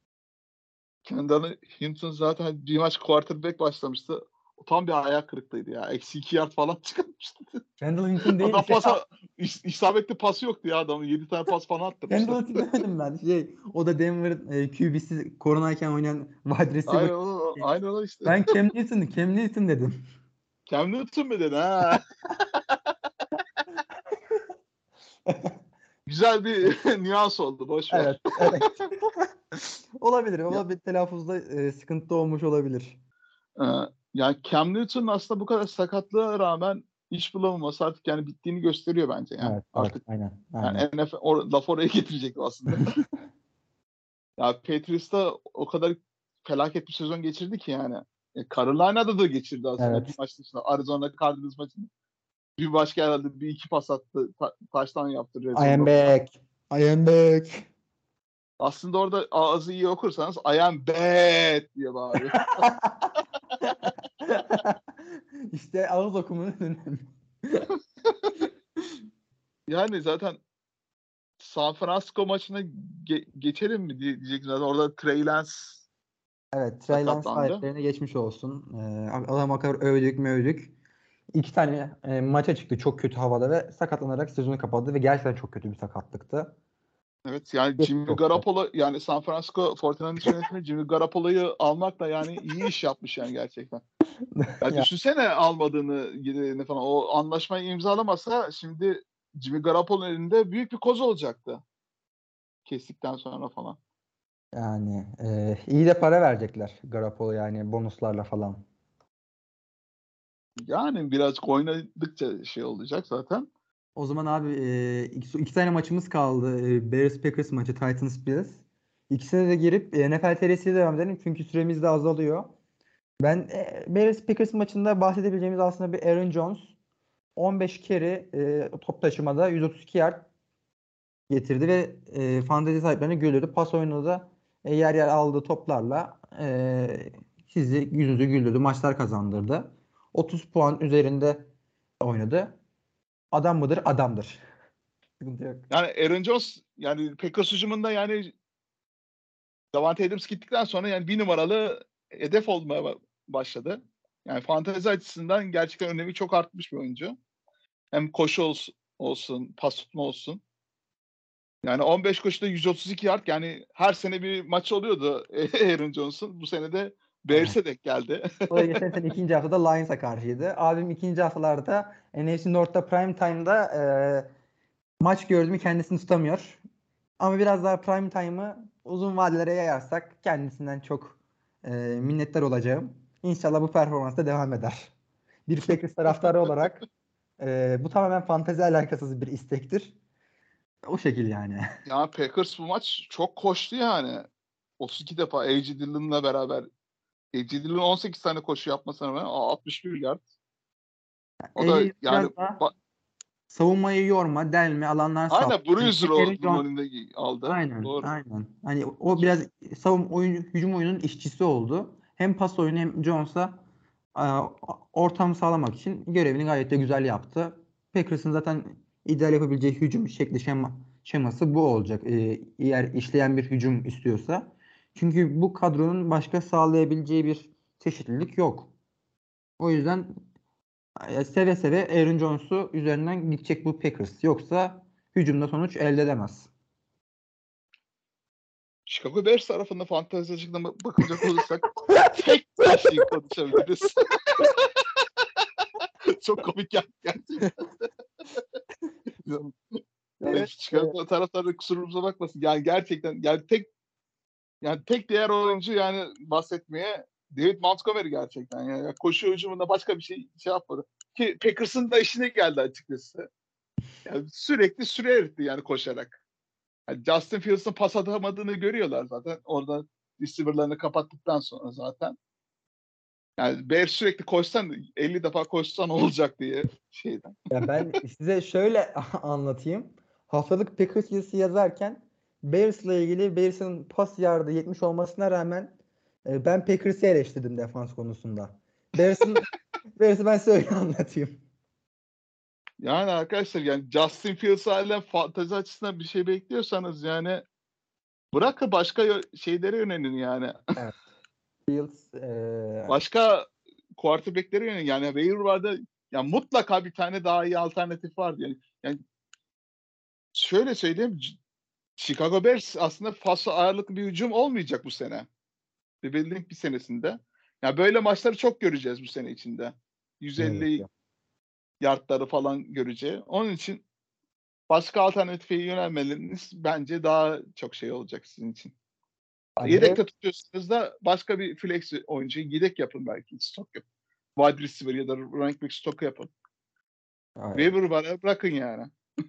B: Kendall Hinton zaten bir maç quarterback başlamıştı. O tam bir ayak kırıklığıydı ya. Eksi 2 yard falan çıkarmıştı.
A: Randall Hinton değil
B: Adam
A: şey
B: isabetli pası yoktu ya adamın. 7 tane pas falan
A: Randall
B: attırmışlar.
A: Hinton demedim ben. O da Denver'ın QB'si koronayken oynayan wide receiver.
B: Aynen o işte.
A: Ben Cam Newton dedim.
B: Cam Newton mu dedi ha? Güzel bir nüans oldu. Boş ver.
A: Evet, evet. Olabilir. Telaffuzda sıkıntı olmuş olabilir.
B: Ee, yani Cam Newton aslında bu kadar sakatlığa rağmen iş bulamaması artık yani bittiğini gösteriyor bence yani.
A: Evet, evet,
B: Artık
A: aynen,
B: yani
A: aynen.
B: NFL laf oraya getirecek aslında. Ya Patriots'ta o kadar felaket bir sezon geçirdi ki yani. Carolina'da da geçirdi aslında bir
A: Evet.
B: maç dışında. Arizona Cardinals maçında. Bir başka herhalde bir iki pas attı. Taştan yaptı red
A: I am
B: zone'da falan.
A: back. I am back.
B: Aslında orada ağzı iyi okursanız I am bad diye bağırıyor.
A: İşte ağız okumunun önemi.
B: Yani zaten San Francisco maçına geçelim mi diyecektim zaten. Orada Trey Lance
A: Evet, Trey Lance
B: sakatlandı.
A: sahiplerine geçmiş olsun. Adam kadar övdük. İki tane maça çıktı çok kötü havada ve sakatlanarak sezonu kapattı ve gerçekten çok kötü bir sakatlıktı.
B: Evet yani
A: Geçmiş
B: Jimmy
A: olsun.
B: Garoppolo yani San Francisco 49ers yönetimi Jimmy Garoppolo'yu almakla yani iyi iş yapmış yani gerçekten. Ya
A: Ya,
B: düşünsene almadığını giderini falan. O anlaşmayı imzalamasa şimdi Jimmy Garoppolo'nun elinde büyük bir koz olacaktı. Kestikten sonra falan.
A: yani iyi de para verecekler Garoppolo yani bonuslarla falan.
B: Yani birazcık oynadıkça şey olacak zaten.
A: O zaman abi iki tane maçımız kaldı. Bears Packers maçı, Titans Bills. İkisine de girip NFL TR'siyle devam edelim çünkü süremiz de azalıyor. Ben Bears Packers maçında bahsedebileceğimiz aslında bir Aaron Jones. 15 carry top taşımada 132 yard getirdi ve fantezi sahiplerini güldürdü. Pas oyunu da yer yer aldığı toplarla sizi yüzünüzü güldürdü. Maçlar kazandırdı. 30 puan üzerinde oynadı. Adam mıdır? Adamdır. Sıkıntı yok.
B: Yani Aaron Jones yani Packers hücumunda yani Davante Adams gittikten sonra yani bir numaralı hedef olmaya başladı. Yani fantezi açısından gerçekten önemi çok artmış bir oyuncu. Hem koşu olsun, pas tutma olsun. Yani 15 koşuda 132 yard yani her sene bir maç oluyordu Aaron Jones'un. Bu sene de
A: Evet.
B: Bears'e denk geldi.
A: O da geçen sene ikinci haftada Lions'a karşıydı. Abim ikinci haftalarda NFC North'ta prime time'da maç gördüğümü kendisini tutamıyor. Ama biraz daha prime time'ı uzun vadelere yayarsak kendisinden çok minnettar olacağım. İnşallah bu performansta devam eder. Bir Packers taraftarı olarak bu tamamen fantezi alakasız bir istektir. O şekil yani.
B: Ya Packers bu maç çok koştu yani. 32 defa A.J. Dillon'la beraber. A.J. Dillon 18 tane koşu yapmasına rağmen 61 yard. O da
A: AJ
B: yani
A: biraz daha savunmayı yorma, delme, alanlar sağ.
B: aynen Bruiser
A: Aaron Jones
B: rolünde aldı.
A: aynen,
B: Doğru.
A: aynen. Hani o biraz hücum oyunun işçisi oldu. Hem pas oyunu hem Jones'a e, ortam sağlamak için görevini gayet de güzel yaptı. Packers'ın zaten ideal yapabileceği hücum şekli şeması bu olacak. Eğer işleyen bir hücum istiyorsa. Çünkü bu kadronun başka sağlayabileceği bir çeşitlilik yok. O yüzden seve seve Aaron Jones'u üzerinden gidecek bu Packers. Yoksa hücumda sonuç elde edemez.
B: Chicago Bears tarafında fantezi açıktan bakılacak olursak tek bir şey konuşabiliriz. Çok komik gerçekten. Yani Chicago taraftarı kusurumuza bakmasın. Yani gerçekten yani tek diğer oyuncu yani bahsetmeye David Montgomery gerçekten. Yani koşu hücumunda başka bir şey yapmadı. Ki Packers'ın da işine geldi açıkçası. Yani sürekli süre eritti yani koşarak. Yani Justin Fields'ın pas atamadığını görüyorlar zaten. Orada receiver'larını kapattıktan sonra zaten. Yani Bears sürekli koşsan 50 defa koşsan olacak diye şeyden.
A: Ya ben size şöyle anlatayım. Haftalık Packers yazısı yazarken Bears'la ilgili Bears'ın pas yardı 70 olmasına rağmen ben Packers'ı eleştirdim defans konusunda. Bears'ı ben size öyle anlatayım.
B: Yani arkadaşlar yani Justin Fields hala fantezi açısından bir şey bekliyorsanız yani bırakın başka şeylere yönelin yani.
A: Evet. Fields
B: Başka quarterback'lere yönelin. Yani waiver'larda yani mutlaka bir tane daha iyi alternatif var. Yani şöyle söyleyeyim Chicago Bears aslında fazla ağırlıklı bir hücum olmayacak bu sene. Rebuilding bir senesinde. Yani böyle maçları çok göreceğiz bu sene içinde.
A: ne yazık
B: 150
A: ki.
B: yardları falan göreceğiz. Onun için başka alternatife yönelmeleriniz bence daha çok şey olacak sizin için.
A: Bears,
B: Yedekte tutuyorsanız da başka bir flex oyuncu yedek yapın belki. Stok yapın. Wide receiver ya da running back stock yapın.
A: evet.
B: Waiver bana bırakın yani.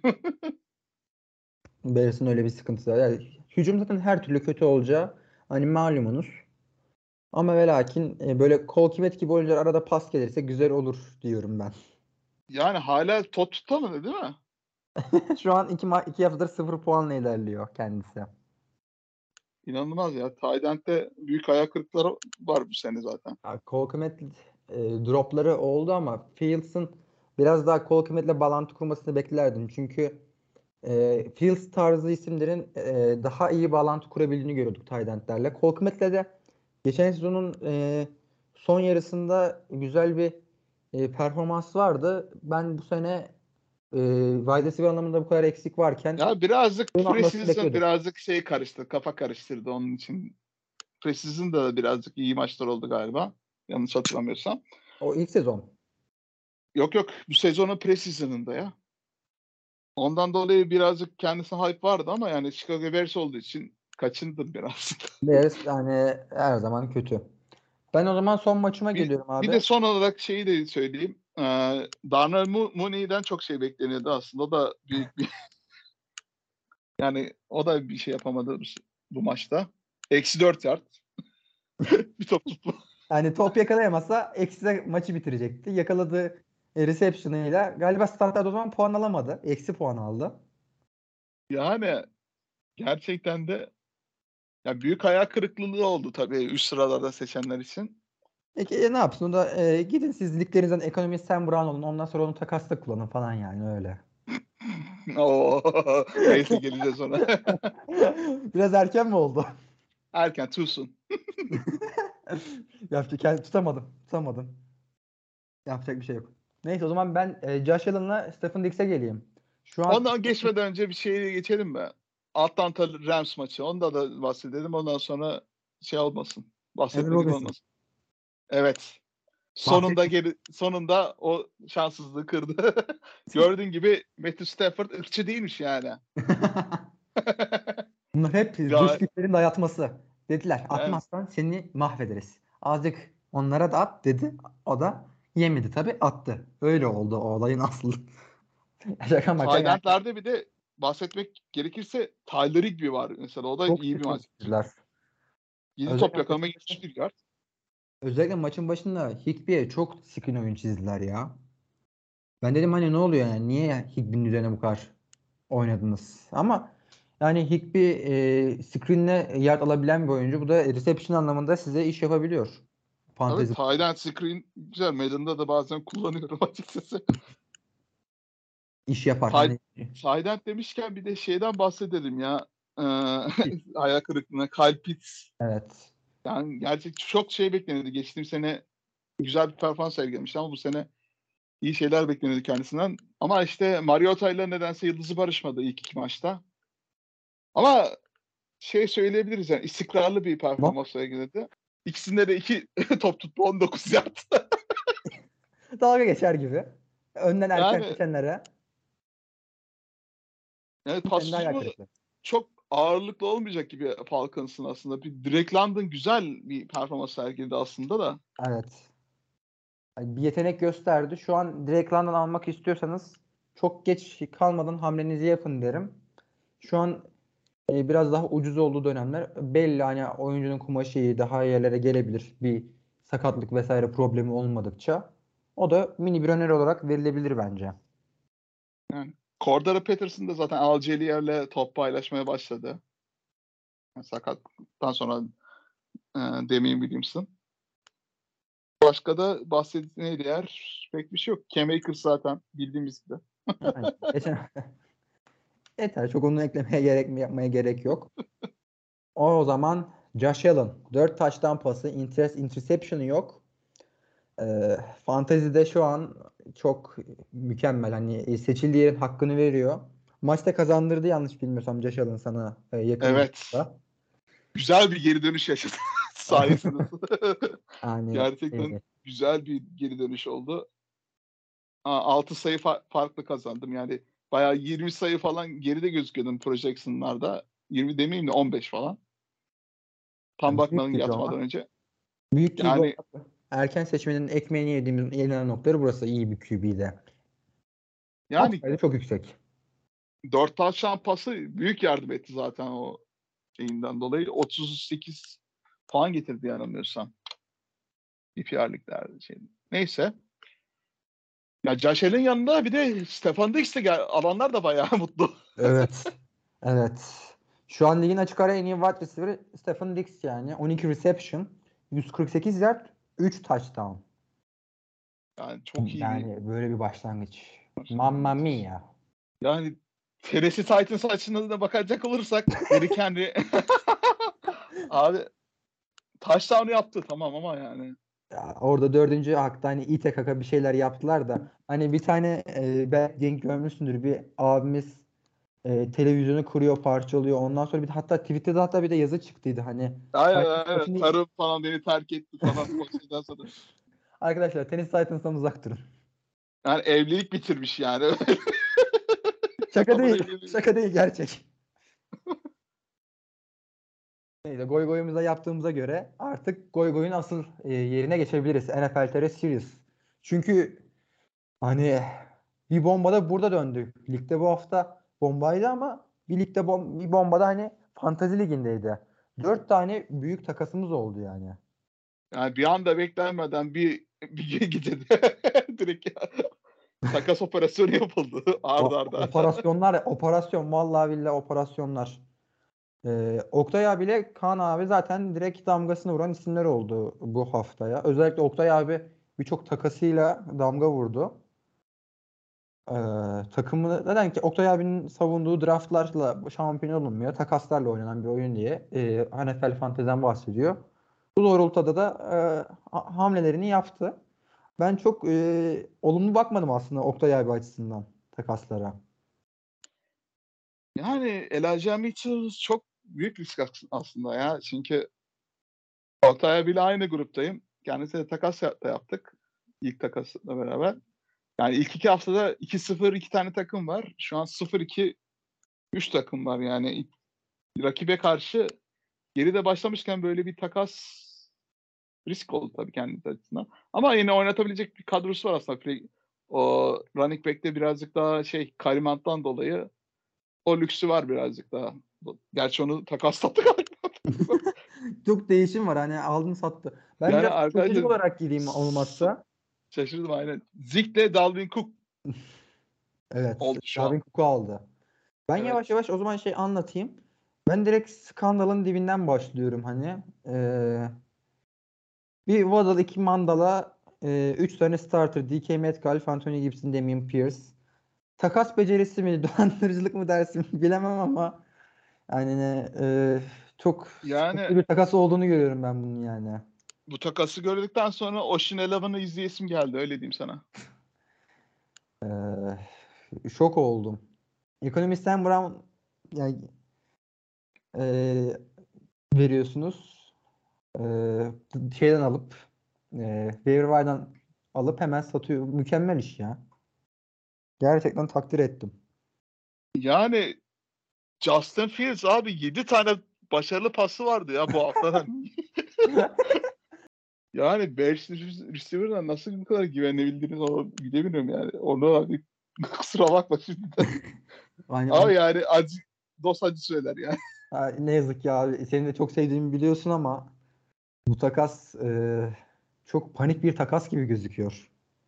A: Bears'ın öyle bir sıkıntısı var. Yani, hücum zaten her türlü kötü olacağı hani malumunuz. Ama ve lakin böyle Cole Kmet gibi oyuncular arada pas gelirse güzel olur diyorum ben.
B: Yani hala tot tutamadı değil mi?
A: Şu an iki haftadır 0 puanla ilerliyor kendisi.
B: İnanılmaz ya. Tayland'de büyük ayak kırıkları var bu sene zaten.
A: Ya, Cole Kmet dropları oldu ama Fields'ın biraz daha Cole Kmet'le bağlantı kurmasını beklerdim. Çünkü Fields tarzı isimlerin daha iyi bağlantı kurabildiğini görüyorduk tight end'lerle. Cole Kmet'le de geçen sezonun son yarısında güzel bir performans vardı. Ben bu sene wide receiver anlamında bu kadar eksik varken
B: Ya birazcık
A: bunun atmasını
B: preseason
A: bekliyorduk.
B: birazcık şey karıştı. Kafa karıştırdı onun için. Preseason da birazcık iyi maçlar oldu galiba. Yanlış hatırlamıyorsam.
A: O ilk sezon.
B: Yok yok bu sezonun preseason'ında ya. Ondan dolayı birazcık kendisine hype vardı ama yani Chicago Bears olduğu için kaçındım biraz.
A: Bears yani her zaman kötü. Ben o zaman son maçıma geliyorum
B: Bir
A: abi.
B: de son olarak şeyi de söyleyeyim. Darnell Mooney'den çok şey bekleniyordu aslında. O da büyük bir yani o da bir şey yapamadı bu maçta. Eksi 4 yard. Bir top tuttu.
A: Yani top yakalayamasa eksi maçı bitirecekti. Yakaladığı reception'ıyla galiba statlarda o zaman puan alamadı. Eksi puan aldı.
B: Yani gerçekten de ya büyük hayal kırıklığı oldu tabii üst sıralarda seçenler için.
A: Peki ne yapsın? O da gidin siz liglerinizden ekonomist Sam Brown olun. Ondan sonra onu takasla kullanın falan yani öyle.
B: Oo, neyse geleceğiz ona.
A: Biraz erken mi oldu?
B: Erken too soon.
A: Yapacak yani tutamadım. Yapacak bir şey yok. Neyse o zaman ben Josh Allen'la Stephen Diggs'e geleyim. Şu an
B: Ondan geçmeden önce bir şeye geçelim mi? Atlanta Rams maçı. Onda da bahsedelim. Ondan sonra şey olmasın.
A: Allen
B: Bahsetmedik
A: Robinson.
B: olmasın. Evet.
A: Bahset.
B: Sonunda o şanssızlığı kırdı. Gördüğün gibi Matthew Stafford ırkçı değilmiş yani.
A: Bunlar hep dış
B: Ga-
A: güçlerin dayatması. Dediler
B: yani,
A: atmazsan seni mahvederiz. Azıcık onlara da at dedi. O da yemedi tabii attı. Öyle oldu o olayın aslı. Şaka maka
B: tight
A: yani.
B: end'lerde bir de bahsetmek gerekirse Tyler Higbee var mesela. O da
A: Çok
B: iyi bir
A: sıkı
B: maç.
A: bitirdiler.
B: 7 top
A: Özellikle
B: yakalama
A: maçın,
B: 71 yard.
A: özellikle maçın başında Higby'ye çok sıkın oyun çizdiler ya. Ben dedim hani ne oluyor yani? Niye Higby'nin üzerine bu kadar oynadınız? Ama yani Higby screen'le yard alabilen bir oyuncu. Bu da reception anlamında size iş yapabiliyor.
B: Evet,
A: Fantezi
B: tight end screen güzel. Madden'da da bazen kullanıyorum açıkçası.
A: iş yapar.
B: Tight,
A: Hani
B: tight end demişken bir de şeyden bahsedelim ya. Ee, hayal kırıklığına. Kyle Pitts.
A: evet.
B: Yani gerçekten çok şey beklenirdi. Geçtiğim sene güzel bir performans sergilemişti ama bu sene iyi şeyler beklenirdi kendisinden. Ama işte Mariota'yla nedense yıldızı barışmadı ilk iki maçta. Ama şey söyleyebiliriz yani istikrarlı bir
A: Ama
B: performans sergiledi. İkisinde de iki top tuttu 19 yard.
A: dalga geçer gibi. Önden erken
B: Yani
A: seçenlere
B: pas
A: kendi hayal
B: hücumu
A: kırıklığı.
B: çok ağırlıklı olmayacak gibi Falcons'ın aslında. Bir Drake London güzel bir performans sergiledi aslında da.
A: Evet. Yani bir yetenek gösterdi. Şu an direkt London almak istiyorsanız çok geç kalmadan hamlenizi yapın derim. Şu an biraz daha ucuz olduğu dönemler belli hani oyuncunun kumaşı iyi, daha iyi yerlere gelebilir. Bir sakatlık vesaire problemi olmadıkça. O da mini bir öneri olarak verilebilir bence.
B: Yani Cordero Patterson da zaten Algelier'le top paylaşmaya başladı. Yani sakatlıktan sonra Damian Williamson. Başka da bahsedilmeye değer pek bir şey yok. Cam Akers zaten bildiğimiz gibi.
A: Aynen. Yeter. Çok onu eklemeye gerek yapmaya gerek yok. O zaman Josh Allen 4 touchdown pası, interception'ı yok. Fantezide şu an çok mükemmel. Hani seçildiği yerin hakkını veriyor. Maçta kazandırdı yanlış bilmiyorsam Josh Allen sana yakın bir
B: Evet.
A: zamanda.
B: Güzel bir geri dönüş yaşadı sayesinde.
A: Yani
B: Gerçekten güzel bir geri dönüş oldu. 6 sayı farklı kazandım. Yani bayağı 20 sayı falan geride gözüküyordum projection'larda. 20 demeyeyim de 15 falan. Tam
A: büyük
B: bakmadım
A: gibi
B: yatmadan
A: ama.
B: önce.
A: Büyük gibi
B: Yani
A: olmak. Erken seçmenin ekmeğini yediğimiz yenilen noktaları burası iyi bir QB'de.
B: yani
A: Upside'ı çok yüksek.
B: 4 touchdown pası büyük yardım etti zaten o şeyinden dolayı. 38 puan getirdi yanılmıyorsam. PPR'liklerde şey. Neyse. Ya Josh Allen yanında bir de Stefan Diggs de alanlar da bayağı mutlu.
A: Evet. Evet. Şu an ligin açık ara en iyi wide receiver'ı Stephen Diggs yani. 12 reception, 148 yard, 3 touchdown.
B: Yani çok iyi bir
A: Yani böyle bir başlangıç. Mamma
B: başlangıç.
A: mia.
B: Yani Tennessee Titans açısından da bakacak olursak Derrick Henry abi touchdown yaptı tamam ama yani.
A: Ya orada dördüncü hakta hani ite kaka bir şeyler yaptılar da hani bir tane belki denk görmüşsündür bir abimiz televizyonu kuruyor parçalıyor ondan sonra bir de hatta Twitter'da hatta bir de yazı çıktıydı hani
B: Aynen,
A: Titans
B: aynen.
A: maçını
B: Tarım falan beni terk etti falan o şeyden sonra.
A: arkadaşlar tenis Titans'tan uzak durun.
B: Yani evlilik bitirmiş yani.
A: Şaka
B: Adamın
A: değil.
B: evliliği.
A: Şaka değil gerçek. Neyse goy goyumuza yaptığımıza göre artık goy goyun asıl yerine geçebiliriz. NFL TR Series. Çünkü hani bir bomba da burada döndü. Ligde bu hafta bombaydı ama bir ligde bir bomba da hani Fantasy Ligi'ndeydi. 4 tane büyük takasımız oldu yani.
B: Yani bir anda beklenmeden bir gecede direkt ya. takas operasyonu yapıldı arda arda.
A: Operasyon vallahi billahi operasyonlar. Oktay abiyle Kaan abi zaten direkt damgasını vuran isimler oldu bu haftaya. Özellikle Oktay abi birçok takasıyla damga vurdu. Takımı neden ki Oktay abinin savunduğu draftlarla şampiyon olunmuyor. Takaslarla oynanan bir oyun diye NFL Fantezi'den bahsediyor. Bu doğrultuda da hamlelerini yaptı. Ben çok olumlu bakmadım aslında Oktay abi açısından takaslara.
B: Yani Elijah Mitchell çok büyük risk aslında ya. Çünkü Oktay abiyle aynı gruptayım. Kendisiyle takas da yaptık. İlk takasla beraber. Yani ilk 2 haftada 2-0 2 tane takım var. Şu an 0-2 3 takım var yani. Rakibe karşı geride başlamışken böyle bir takas risk oldu tabii kendisi açısından. Ama yine oynatabilecek bir kadrosu var aslında. O running back'te birazcık daha Kareem Hunt'tan dolayı o lüksü var birazcık daha. Gerçi onu takaslattı galiba.
A: Çok değişim var hani aldın sattı. Ben
B: Yani
A: biraz strateji
B: arkadaşlar
A: olarak gideyim olmazsa.
B: şaşırdım aynen. Zeke'le Dalvin Cook
A: Evet.
B: oldu şu an.
A: Dalvin Cook'u aldı. Ben yavaş
B: Evet.
A: yavaş o zaman anlatayım. Ben direkt skandalın dibinden başlıyorum hani. Bir Waddle, 2 Mandala, 3 tane starter. DK Metcalf, Anthony Gibson, Dameon Pierce. Takas becerisi mi, dolandırıcılık mı dersin bilemem ama yani çok sıkıntı
B: Yani
A: bir takas olduğunu görüyorum ben bunun yani.
B: bu takası gördükten sonra Ocean Eleven'ı izleyesim geldi öyle diyeyim sana.
A: Şok oldum. Economist Sam Brown yani, e, veriyorsunuz. Şeyden alıp waiver wire'dan alıp hemen satıyor. Mükemmel iş ya. Gerçekten takdir ettim.
B: Yani Justin Fields abi 7 tane başarılı pası vardı ya bu haftadan. Yani 5 receiver'dan nasıl bu kadar güvenebildiğiniz onu bilemiyorum yani. Onu abi kusura bakma şimdi. Ama
A: Aynen.
B: yani dost acı söyler yani.
A: Ne yazık ya abi. Senin de çok sevdiğimi biliyorsun ama bu takas çok panik bir takas gibi gözüküyor.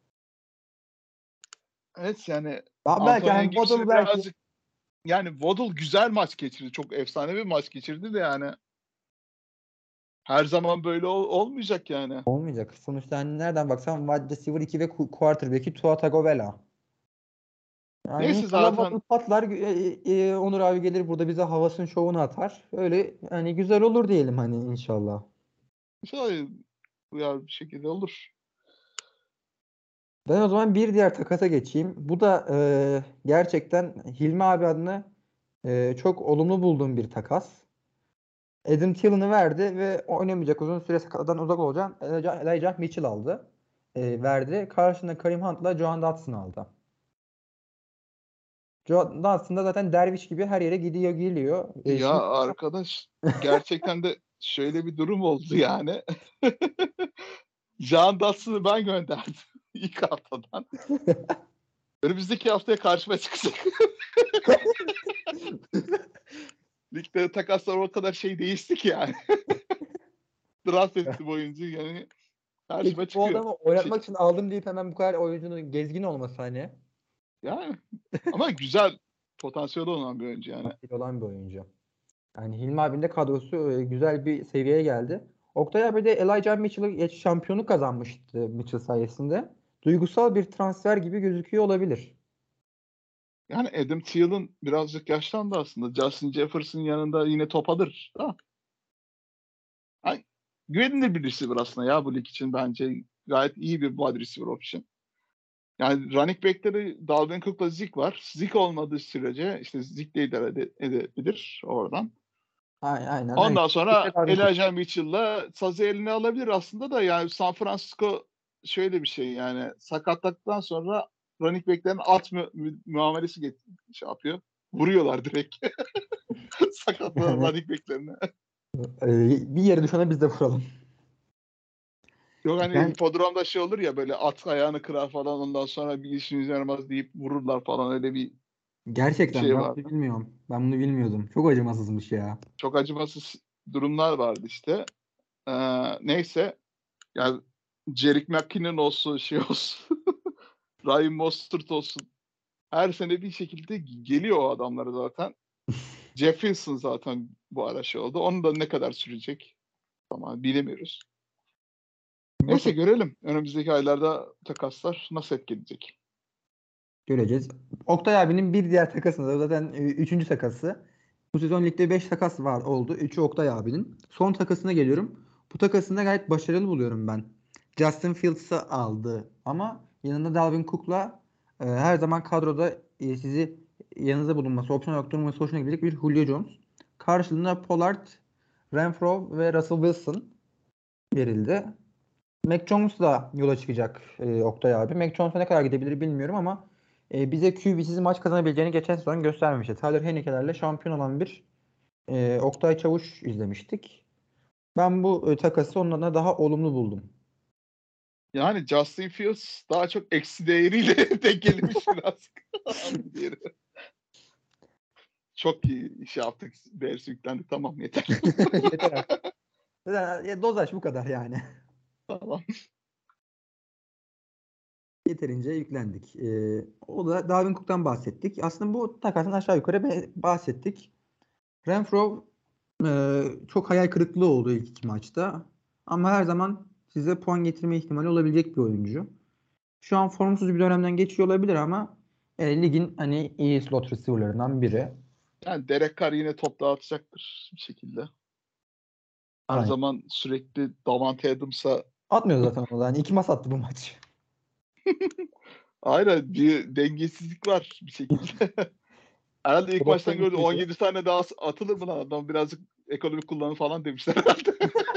B: Evet yani
A: Belki
B: Antonio
A: hani Waddle
B: Gibson'ı
A: belki
B: birazcık yani Waddle güzel maç geçirdi. Çok efsane bir maç geçirdi de yani her zaman böyle olmayacak yani.
A: olmayacak. Sonuçta hani nereden baksan wide receiver 2 ve quarterback'i Tua Tagovailoa. Yani
B: Neyse
A: inşallah
B: zaten
A: Waddle patlar. Onur abi gelir burada bize havasının şovunu atar. Öyle hani güzel olur diyelim hani inşallah.
B: inşallah bu bir şekilde olur.
A: Ben o zaman bir diğer takasa geçeyim. Bu da gerçekten Hilmi abi adına çok olumlu bulduğum bir takas. Adam Thielen'ı verdi ve oynamayacak uzun süre sakatlıktan uzak olacak Elijah Mitchell aldı. Verdi. Karşında Kareem Hunt'la Joan Dotson aldı. Joan Dotson da zaten derviş gibi her yere gidiyor geliyor.
B: Ya
A: Şimdi
B: arkadaş gerçekten de şöyle bir durum oldu yani. Jean Dotson'ı ben gönderdim ilk haftadan. Önümüzdeki haftaya karşıma çıkacak. Ligde takaslar o kadar değişti ki yani. Draft ettim oyuncu yani karşıma
A: peki bu
B: çıkıyor.
A: adamı
B: Şey,
A: oynatmak için aldım deyip hemen bu kadar oyuncunun gezgin olması hani
B: yani ama güzel potansiyeli olan bir oyuncu yani.
A: aktif olan bir oyuncu. Yani Hilmi abinin de kadrosu güzel bir seviyeye geldi. Oktay abi de Elijah Mitchell'ı şampiyonu kazanmıştı Mitchell sayesinde. Duygusal bir transfer gibi gözüküyor olabilir.
B: Yani Adam Thielen birazcık yaşlandı aslında. Justin Jefferson yanında yine top alır. Ha, yani güvenilir bir receiver aslında ya bu lig için bence. Gayet iyi bir wide receiver option. Yani running back'leri Dalvin Cook'la Zeke var. Zeke olmadığı sürece işte Zeke de idare edebilir oradan.
A: Aynen öyle.
B: Ondan
A: Bir de
B: sonra
A: Darwin Cook.
B: Elijah Mitchell'la sazı eline alabilir aslında da yani San Francisco şöyle bir şey yani sakatlıktan sonra running back'lerin at muamelesi yapıyor. Vuruyorlar direkt sakatlanan
A: Yani
B: running back'lerine.
A: bir yere düşene biz de vuralım.
B: Yok hani
A: Ben
B: hipodromda olur ya böyle at ayağını kırar falan ondan sonra bir işinize yaramaz deyip vururlar falan öyle bir
A: gerçekten
B: şey
A: ben bunu
B: vardı.
A: bilmiyorum. Ben bunu bilmiyordum. Çok acımasızmış ya.
B: Çok acımasız durumlar vardı işte. Neyse yani Jerick McKinnon olsun olsun Ryan Mostert olsun. Her sene bir şekilde geliyor o adamlara zaten. Jeff Wilson zaten bu ara şey oldu. Onun da ne kadar sürecek? Tamam, bilemiyoruz. Neyse görelim. Önümüzdeki aylarda takaslar nasıl etkileyecek.
A: Göreceğiz. Oktay abinin bir diğer takasında da zaten 3. takası. Bu sezon ligde 5 takas var oldu. 3'ü Oktay abinin. Son takasına geliyorum. Bu takasını da gayet başarılı buluyorum ben. Justin Fields'ı aldı ama yanında Dalvin Cook'la her zaman kadroda sizi yanınızda bulunması, opsiyon olarak durması hoşuna gidecek bir Julio Jones. Karşılığında Pollard, Renfro ve Russell Wilson verildi. Mac Jones da yola çıkacak Oktay abi. Mac Jones'a ne kadar gidebilir bilmiyorum ama bize QB'siz maç kazanabileceğini geçen sezon göstermişti. Tyler Heinicke'lerle şampiyon olan bir Oktay Çavuş izlemiştik. Ben bu takası onun adına daha olumlu buldum.
B: Yani Justin Fields daha çok eksi değeriyle denk gelmiş biraz. Çok iyi iş yaptık. Bears yüklendik. Tamam yeter.
A: Yeter artık. Dozaj bu kadar yani.
B: Tamam.
A: Yeterince yüklendik. O da Dalvin Cook'tan bahsettik. Aslında bu takasın aşağı yukarı bahsettik. Renfro çok hayal kırıklığı oldu ilk 2 maçta. Ama her zaman size puan getirme ihtimali olabilecek bir oyuncu. Şu an formsuz bir dönemden geçiyor olabilir ama ligin hani iyi slot receiver'larından biri.
B: Yani Derek Carr yine top dağıtacaktır bir şekilde. Her
A: Aynen.
B: zaman sürekli Davante Adams'a
A: Atmıyor zaten o da. Hani 2 maç attı bu maç.
B: aynen bir dengesizlik var bir şekilde. Herhalde ilk
A: O da
B: maçtan gördüm
A: tehlikeli.
B: 17 tane daha atılır mı lan adam birazcık ekonomik kullanım falan demişler herhalde.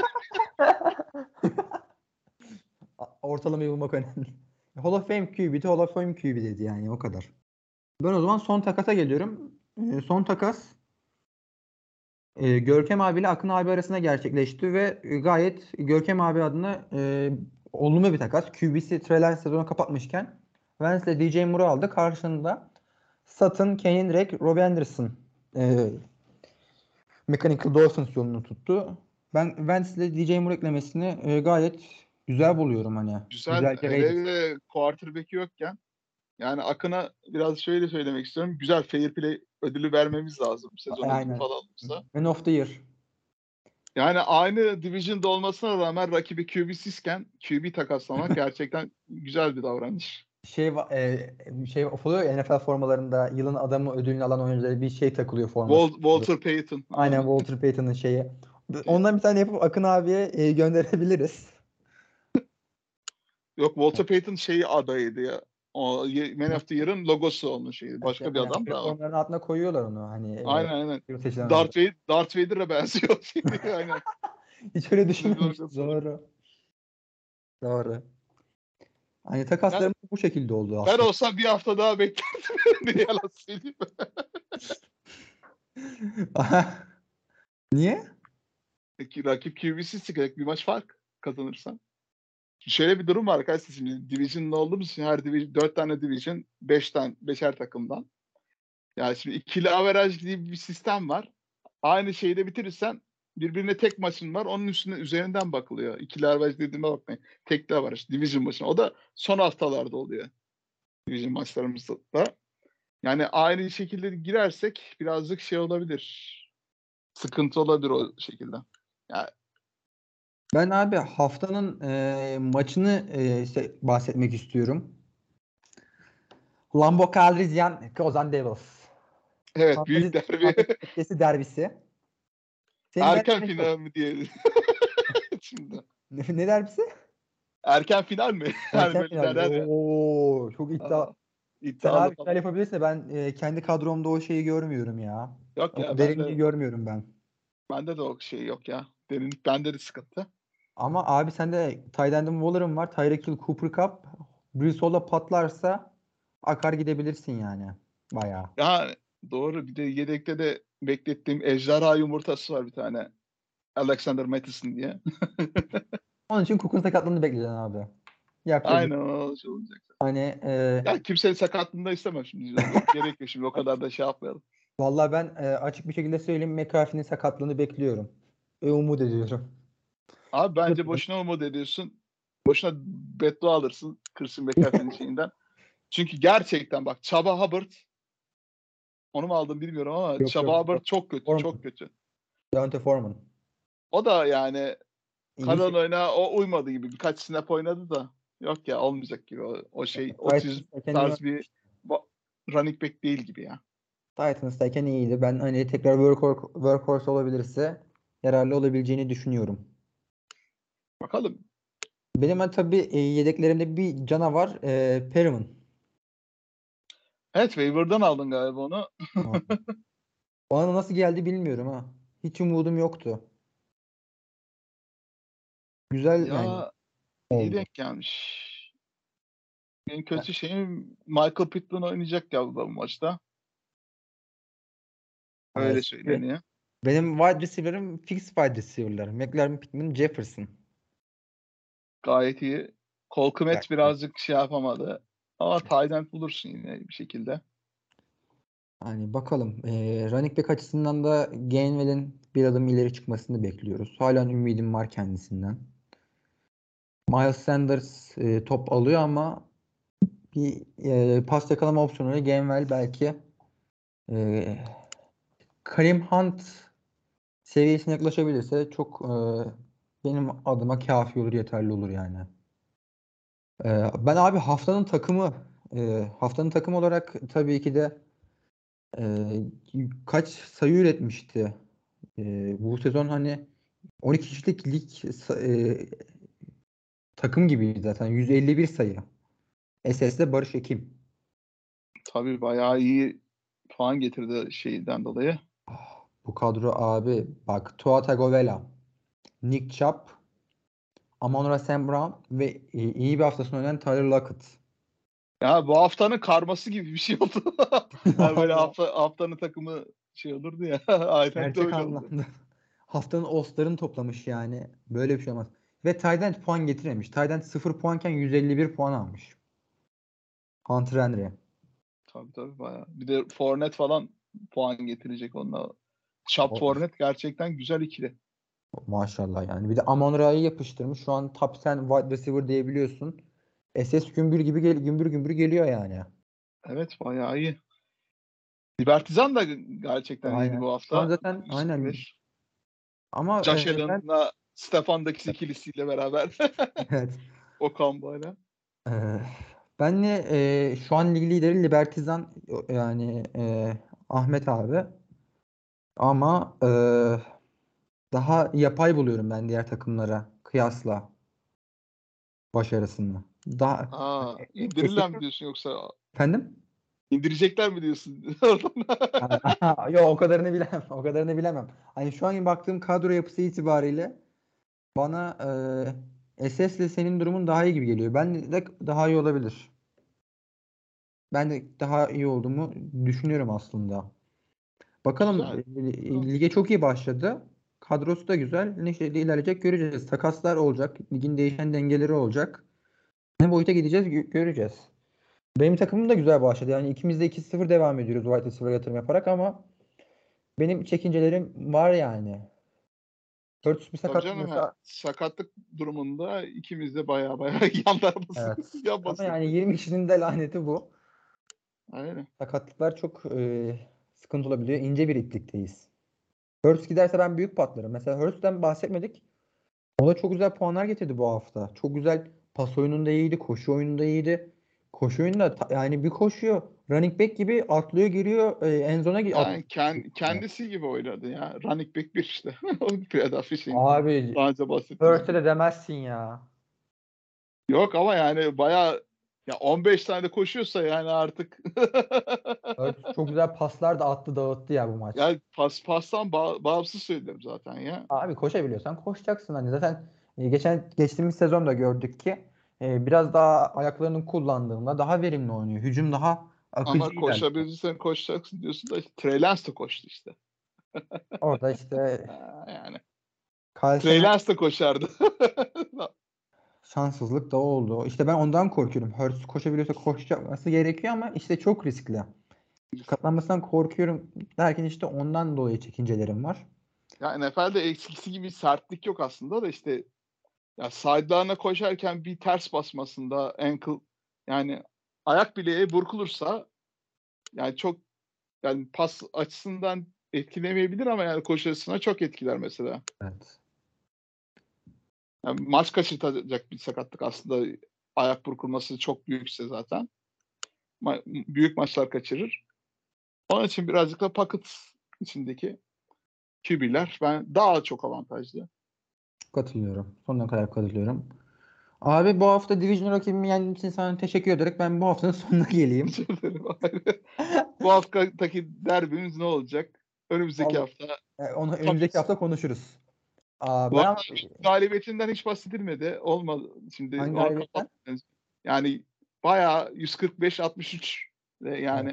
A: Ortalamayı bulmak önemli. Hall of Fame QB'di, Hall of Fame QB dedi yani o kadar. Ben o zaman son takasa geliyorum. Son takas Görkem abiyle Akın abi arasında gerçekleşti ve gayet Görkem abi adına olumlu bir takas. QB'si Trey Lance sezonu kapatmışken Vance ile DJ Moore'u aldı. Karşında Sutton, Kenyon Drake, Robbie Anderson Mechanical Dolphins yolunu tuttu. Ben Vance ile DJ Moore eklemesini gayet güzel buluyorum hani.
B: Güzel
A: Güzel bir
B: hele
A: Raiders.
B: de quarterback'i yokken yani Akın'a biraz şöyle söylemek istiyorum. Güzel fair play ödülü vermemiz lazım. Sezon ödülü
A: Aynen.
B: falan olursa.
A: Man of the Year.
B: Yani aynı division'da olmasına rağmen rakibi QB'sizken QB takaslamak gerçekten güzel bir davranış.
A: Şey oluyor ya, NFL formalarında yılın adamı ödülünü alan oyunculara bir şey takılıyor forması.
B: Walter Payton.
A: Aynen Walter Payton'ın şeyi. Ondan bir tane yapıp Akın abiye gönderebiliriz.
B: Yok Walter Payton şeyi adayıydı ya. O Man of the Year'ın logosu onun şeyi.
A: İşte
B: Başka bir
A: aynen
B: adam da o.
A: formların altına koyuyorlar onu hani
B: Aynen aynen.
A: yıl seçilen oyuncu.
B: Darth Vader'a benziyor şimdi. Aynen.
A: Hiç öyle
B: Bizim
A: düşünmemiştim.
B: logosu.
A: Doğru. Doğru. Hani
B: Yani
A: takaslarımız bu şekilde oldu
B: ben
A: aslında.
B: olsam bir hafta daha beklerdim. Ne yalan söyleyeyim.
A: Niye?
B: Peki, rakip QB'si sıkacak bir maç fark kazanırsan. Şöyle bir durum var arkadaşlar şimdi. Division'da olduğumuz için her division 4 tane division 5'er takımdan. Yani şimdi ikili average diye bir sistem var. Aynı şeyde bitirirsen birbirine tek maçın var. Onun üstüne üzerinden bakılıyor. İkili average dediğime bakmayın. Tekli average. Division maçına. O da son haftalarda oluyor. Division maçlarımızda. Yani aynı şekilde girersek birazcık şey olabilir. Sıkıntı olabilir o şekilde. Yani
A: Ben abi haftanın maçını bahsetmek istiyorum. Lambeau Calrissian Kozan Devils.
B: evet büyük
A: Fantezi,
B: derbi.
A: Fantezi Türkiye'si derbisi. Senin
B: Erken
A: derbin çok.
B: final mi diye. Şimdi.
A: Ne derbisi?
B: Erken final mi? Yani
A: Erken
B: böyle
A: final.
B: derler ya.
A: Oo, çok iddia.
B: Aa,
A: Sen
B: iddialı
A: abi final
B: falan.
A: yapabilirsin de ben kendi kadromda o şeyi görmüyorum ya.
B: Yok
A: O
B: ya
A: derinliği görmüyorum ben.
B: bende de o şey yok ya. Derinlik bende de sıkıntı.
A: Ama abi sende Tight end'in Waller'ın var. Tyreek Hill, Cooper Kupp. Brees Hall'da patlarsa akar gidebilirsin yani. Bayağı.
B: Ya doğru bir de yedekte de beklettiğim ejderha yumurtası var bir tane. Alexander Mattison diye.
A: Onun için Cook'un sakatlığını bekleyeceksin abi. Yapacak bir
B: Aynen o şey olacak.
A: hani
B: Ya kimsenin sakatlığını da istemem şimdi. Yok gerek yok şimdi o kadar da şey yapmayalım.
A: vallahi ben açık bir şekilde söyleyeyim McCarthy'nin sakatlığını bekliyorum. Ve umut ediyorum.
B: Abi bence boşuna umut ediyorsun. Boşuna beddua alırsın Christian McCaffrey'nin şeyinden. Çünkü gerçekten bak Chaba Hubbard, onu mu aldım bilmiyorum ama
A: Yok
B: Chaba
A: yok.
B: Hubbard çok kötü.
A: Foreman.
B: Çok kötü.
A: Deontay Foreman.
B: O da yani
A: İyi şey.
B: Carolina o uymadı gibi. Birkaç snap oynadı da. Yok ya, olmayacak gibi. O şey otizm
A: Titans'tayken iyi
B: tarz bir running back değil gibi ya.
A: Titans'tayken iyiydi. Ben hani tekrar workhorse olabilirse yararlı olabileceğini düşünüyorum.
B: Bakalım.
A: Benim tabii yedeklerimde bir canavar Perriman.
B: Evet, waiver'dan aldın galiba onu.
A: Aynen. Bana nasıl geldi bilmiyorum ha. Hiç umudum yoktu. Güzel yani
B: Ya iyi
A: oldu.
B: denk gelmiş. En kötü şeyim Michael Pittman oynayacak galiba bu maçta. Öyle
A: Şimdi
B: söyleniyor.
A: benim wide receiver'ım fix wide receiver'larım. McLaren, Pittman, Jefferson.
B: Gayet iyi. Cole
A: Yani,
B: Kmet birazcık şey yapamadı. Ama tight end bulursun yine bir şekilde.
A: hani bakalım. Running back açısından da Gainwell'in bir adım ileri çıkmasını bekliyoruz. Hala ümidim var kendisinden. Miles Sanders top alıyor ama bir pas yakalama opsiyonuyla Gainwell belki e, Kareem Hunt seviyesine yaklaşabilirse çok benim adıma kafi olur, yeterli olur yani. Ben abi haftanın takımı olarak tabii ki de kaç sayı üretmişti. Bu sezon hani 12 kişilik lig takım gibiydi zaten. 151 sayı. SS'de Barış Ekim.
B: Tabii bayağı iyi puan getirdi şeyden dolayı.
A: Bu kadro abi bak Tua Tagovailoa, Nick Chubb, Amon-Ra St. Brown ve iyi bir hafta sonu oynayan Tyler Lockett.
B: Ya bu haftanın karması gibi bir şey oldu. Yani böyle
A: Valla
B: haftanın takımı şey olurdu ya. Aynen de
A: gerçek
B: öyle oldu.
A: anlamda. Haftanın All-Star'ını toplamış yani. Böyle bir şey olmaz. Ve tight end puan getiremiş. Tight end 0 puanken 151 puan almış. Hunter Henry.
B: Tabii bayağı. Bir de Fournette falan puan getirecek onunla. Chubb
A: O,
B: Fournette gerçekten güzel ikili.
A: maşallah yani. Bir de Amon-Ra'yı yapıştırmış. Şu an top 10 wide receiver diyebiliyorsun. SS gümbür gibi gümbür gümbür geliyor yani.
B: Evet bayağı iyi. Libertizan da gerçekten iyiydi
A: Aynen.
B: bu
A: Şu an
B: hafta.
A: zaten aynen.
B: 145.
A: Ama
B: Josh
A: ben
B: Allen'la Stefan Diggs ikilisiyle beraber
A: evet.
B: o komboyla.
A: E, benle şu an lig lideri Libertizan yani Ahmet abi. Ama daha yapay buluyorum ben diğer takımlara kıyasla başarısını. Daha
B: İndirirler mi diyorsun yoksa
A: efendim?
B: indirecekler mi diyorsun oradan?
A: Yok o kadarını bilemem. O kadarını bilemem. Hani şu an baktığım kadro yapısı itibariyle bana SS'le senin durumun daha iyi gibi geliyor. Ben de daha iyi olabilir. Ben de daha iyi olduğumu düşünüyorum aslında. Bakalım
B: Güzel.
A: lige çok iyi başladı. Kadrosu da güzel. Ne şekilde ilerleyecek göreceğiz. Takaslar olacak. Ligin değişen dengeleri olacak. Ne boyuta gideceğiz göreceğiz. Benim takımım da güzel başladı. Yani ikimiz de 2-0 devam ediyoruz White Receiver'a yatırım yaparak ama benim çekincelerim var yani. Hurts bir
B: Tabii canım ya,
A: sakatlanırsa
B: sakatlık durumunda ikimiz de baya yanlarımız
A: evet.
B: yan
A: Ama yani
B: bastık.
A: 20 kişinin de laneti bu.
B: Aynen.
A: Sakatlıklar çok sıkıntı olabiliyor. İnce bir iplikteyiz. Hurts giderse ben büyük patlarım. Mesela Hurts'ten bahsetmedik. O da çok güzel puanlar getirdi bu hafta. Çok güzel pas oyununda iyiydi, koşu oyununda iyiydi. Koşu oyununda yani bir koşuyor. Running back gibi atlıyor giriyor. En zona
B: Yani
A: atlıyor.
B: kendisi gibi oynadı ya. Running back bir işte. O Philadelphia şeyin.
A: Abi
B: Daha önce bahsettiğimiz
A: Hurts'e
B: gibi.
A: de demezsin ya.
B: Yok ama yani baya ya 15 tane de koşuyorsa yani artık
A: Hurts çok güzel paslar da attı dağıttı ya bu maç.
B: yani pastan bağımsız söyledim zaten ya.
A: Abi koşabiliyorsan koşacaksın hani zaten geçtiğimiz sezonda gördük ki biraz daha ayaklarını kullandığında daha verimli oynuyor. Hücum daha akıcı
B: Ama
A: ilerliyor.
B: koşabilirsen koşacaksın diyorsun da işte Trey Lance de koştu işte.
A: Orada işte
B: Yani
A: Kyle
B: Trey
A: Shanahan
B: Lance de koşardı.
A: şanssızlık da oldu. İşte ben ondan korkuyorum. Hurts koşabiliyorsa koşması gerekiyor ama işte çok riskli. Sakatlanmasından korkuyorum derken işte ondan dolayı çekincelerim var.
B: Ya NFL'de eskisi gibi sertlik yok aslında da işte ya sidelarına koşarken bir ters basmasında ankle yani ayak bileğe burkulursa yani çok yani pas açısından etkilemeyebilir ama yani koşu açısından çok etkiler mesela.
A: Evet.
B: Yani maç kaçırtacak bir sakatlık aslında ayak burkulması çok büyükse zaten. Büyük maçlar kaçırır. Onun için birazcık da pocket içindeki QB'ler ben daha çok avantajlı.
A: Katılıyorum. Sonuna kadar katılıyorum. Abi bu hafta Division rakibimi yendiğin için sana teşekkür ederek ben bu haftanın sonuna geleyim.
B: Rica ederim. Bu haftaki derbimiz ne olacak? Önümüzdeki
A: Vallahi,
B: hafta
A: onu önümüzdeki
B: konuşuruz.
A: hafta konuşuruz. Aa,
B: Bu
A: ben
B: arada
A: ama
B: galibiyetinden hiç bahsedilmedi. Olmadı. Şimdi
A: hangi
B: onu
A: galibiyetten?
B: kapattık. Yani bayağı 145-63
A: Evet.
B: yani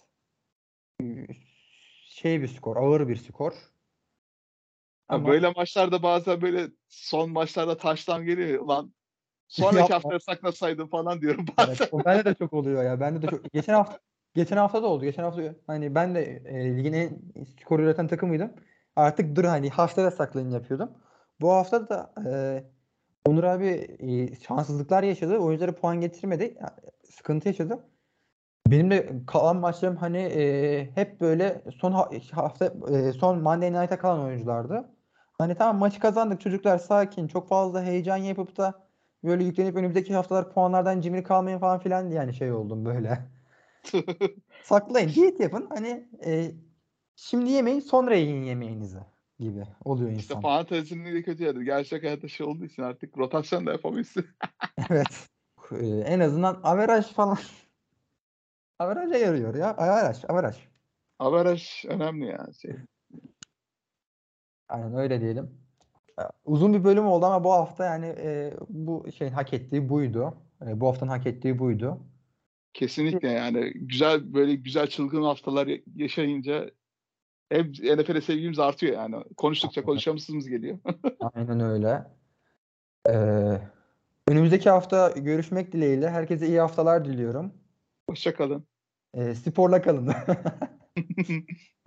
A: Şey bir skor, ağır bir skor.
B: ya
A: Ama
B: böyle maçlarda bazen böyle son maçlarda taştan geliyor lan. Sonraki
A: yapma.
B: haftaya saklasaydım falan diyorum
A: Evet,
B: bazen.
A: o bende de çok oluyor ya. Bende de çok. Geçen hafta da oldu. Geçen hafta hani ben de ligin en skor üreten takımıydım. Artık dur hani haftaya saklayın yapıyordum. Bu hafta da Onur abi şanssızlıklar yaşadı. Oyuncuları puan getirmedi. Sıkıntı yaşadı. Benim de kalan maçlarım hani hep böyle hafta son Monday Night'a kalan oyunculardı. Hani tamam maçı kazandık çocuklar sakin çok fazla heyecan yapıp da böyle yüklenip önümüzdeki haftalar puanlardan cimri kalmayın falan filan diye yani şey oldum böyle. Saklayın diyet yapın hani şimdi yemeyin sonra yiyin yemeğinizi gibi oluyor
B: İşte
A: insan.
B: fantezinin de kötü yanı. Gerçek hayatta şey olduğu için artık rotasyon da yapamıyorsun.
A: Evet. En azından averaj falan. Averaja yarıyor ya. Averaj.
B: Averaj önemli ya. Şey.
A: Aynen öyle diyelim. Uzun bir bölüm oldu ama bu hafta yani bu şeyin hak ettiği buydu. Bu haftanın hak ettiği buydu.
B: Kesinlikle yani güzel böyle güzel çılgın haftalar yaşayınca hem NFL'e sevgimiz artıyor yani. Konuştukça konuşamızsız geliyor.
A: Aynen öyle. Ee, Önümüzdeki hafta görüşmek dileğiyle. Herkese iyi haftalar diliyorum.
B: Hoşça kalın.
A: Sporla kalın.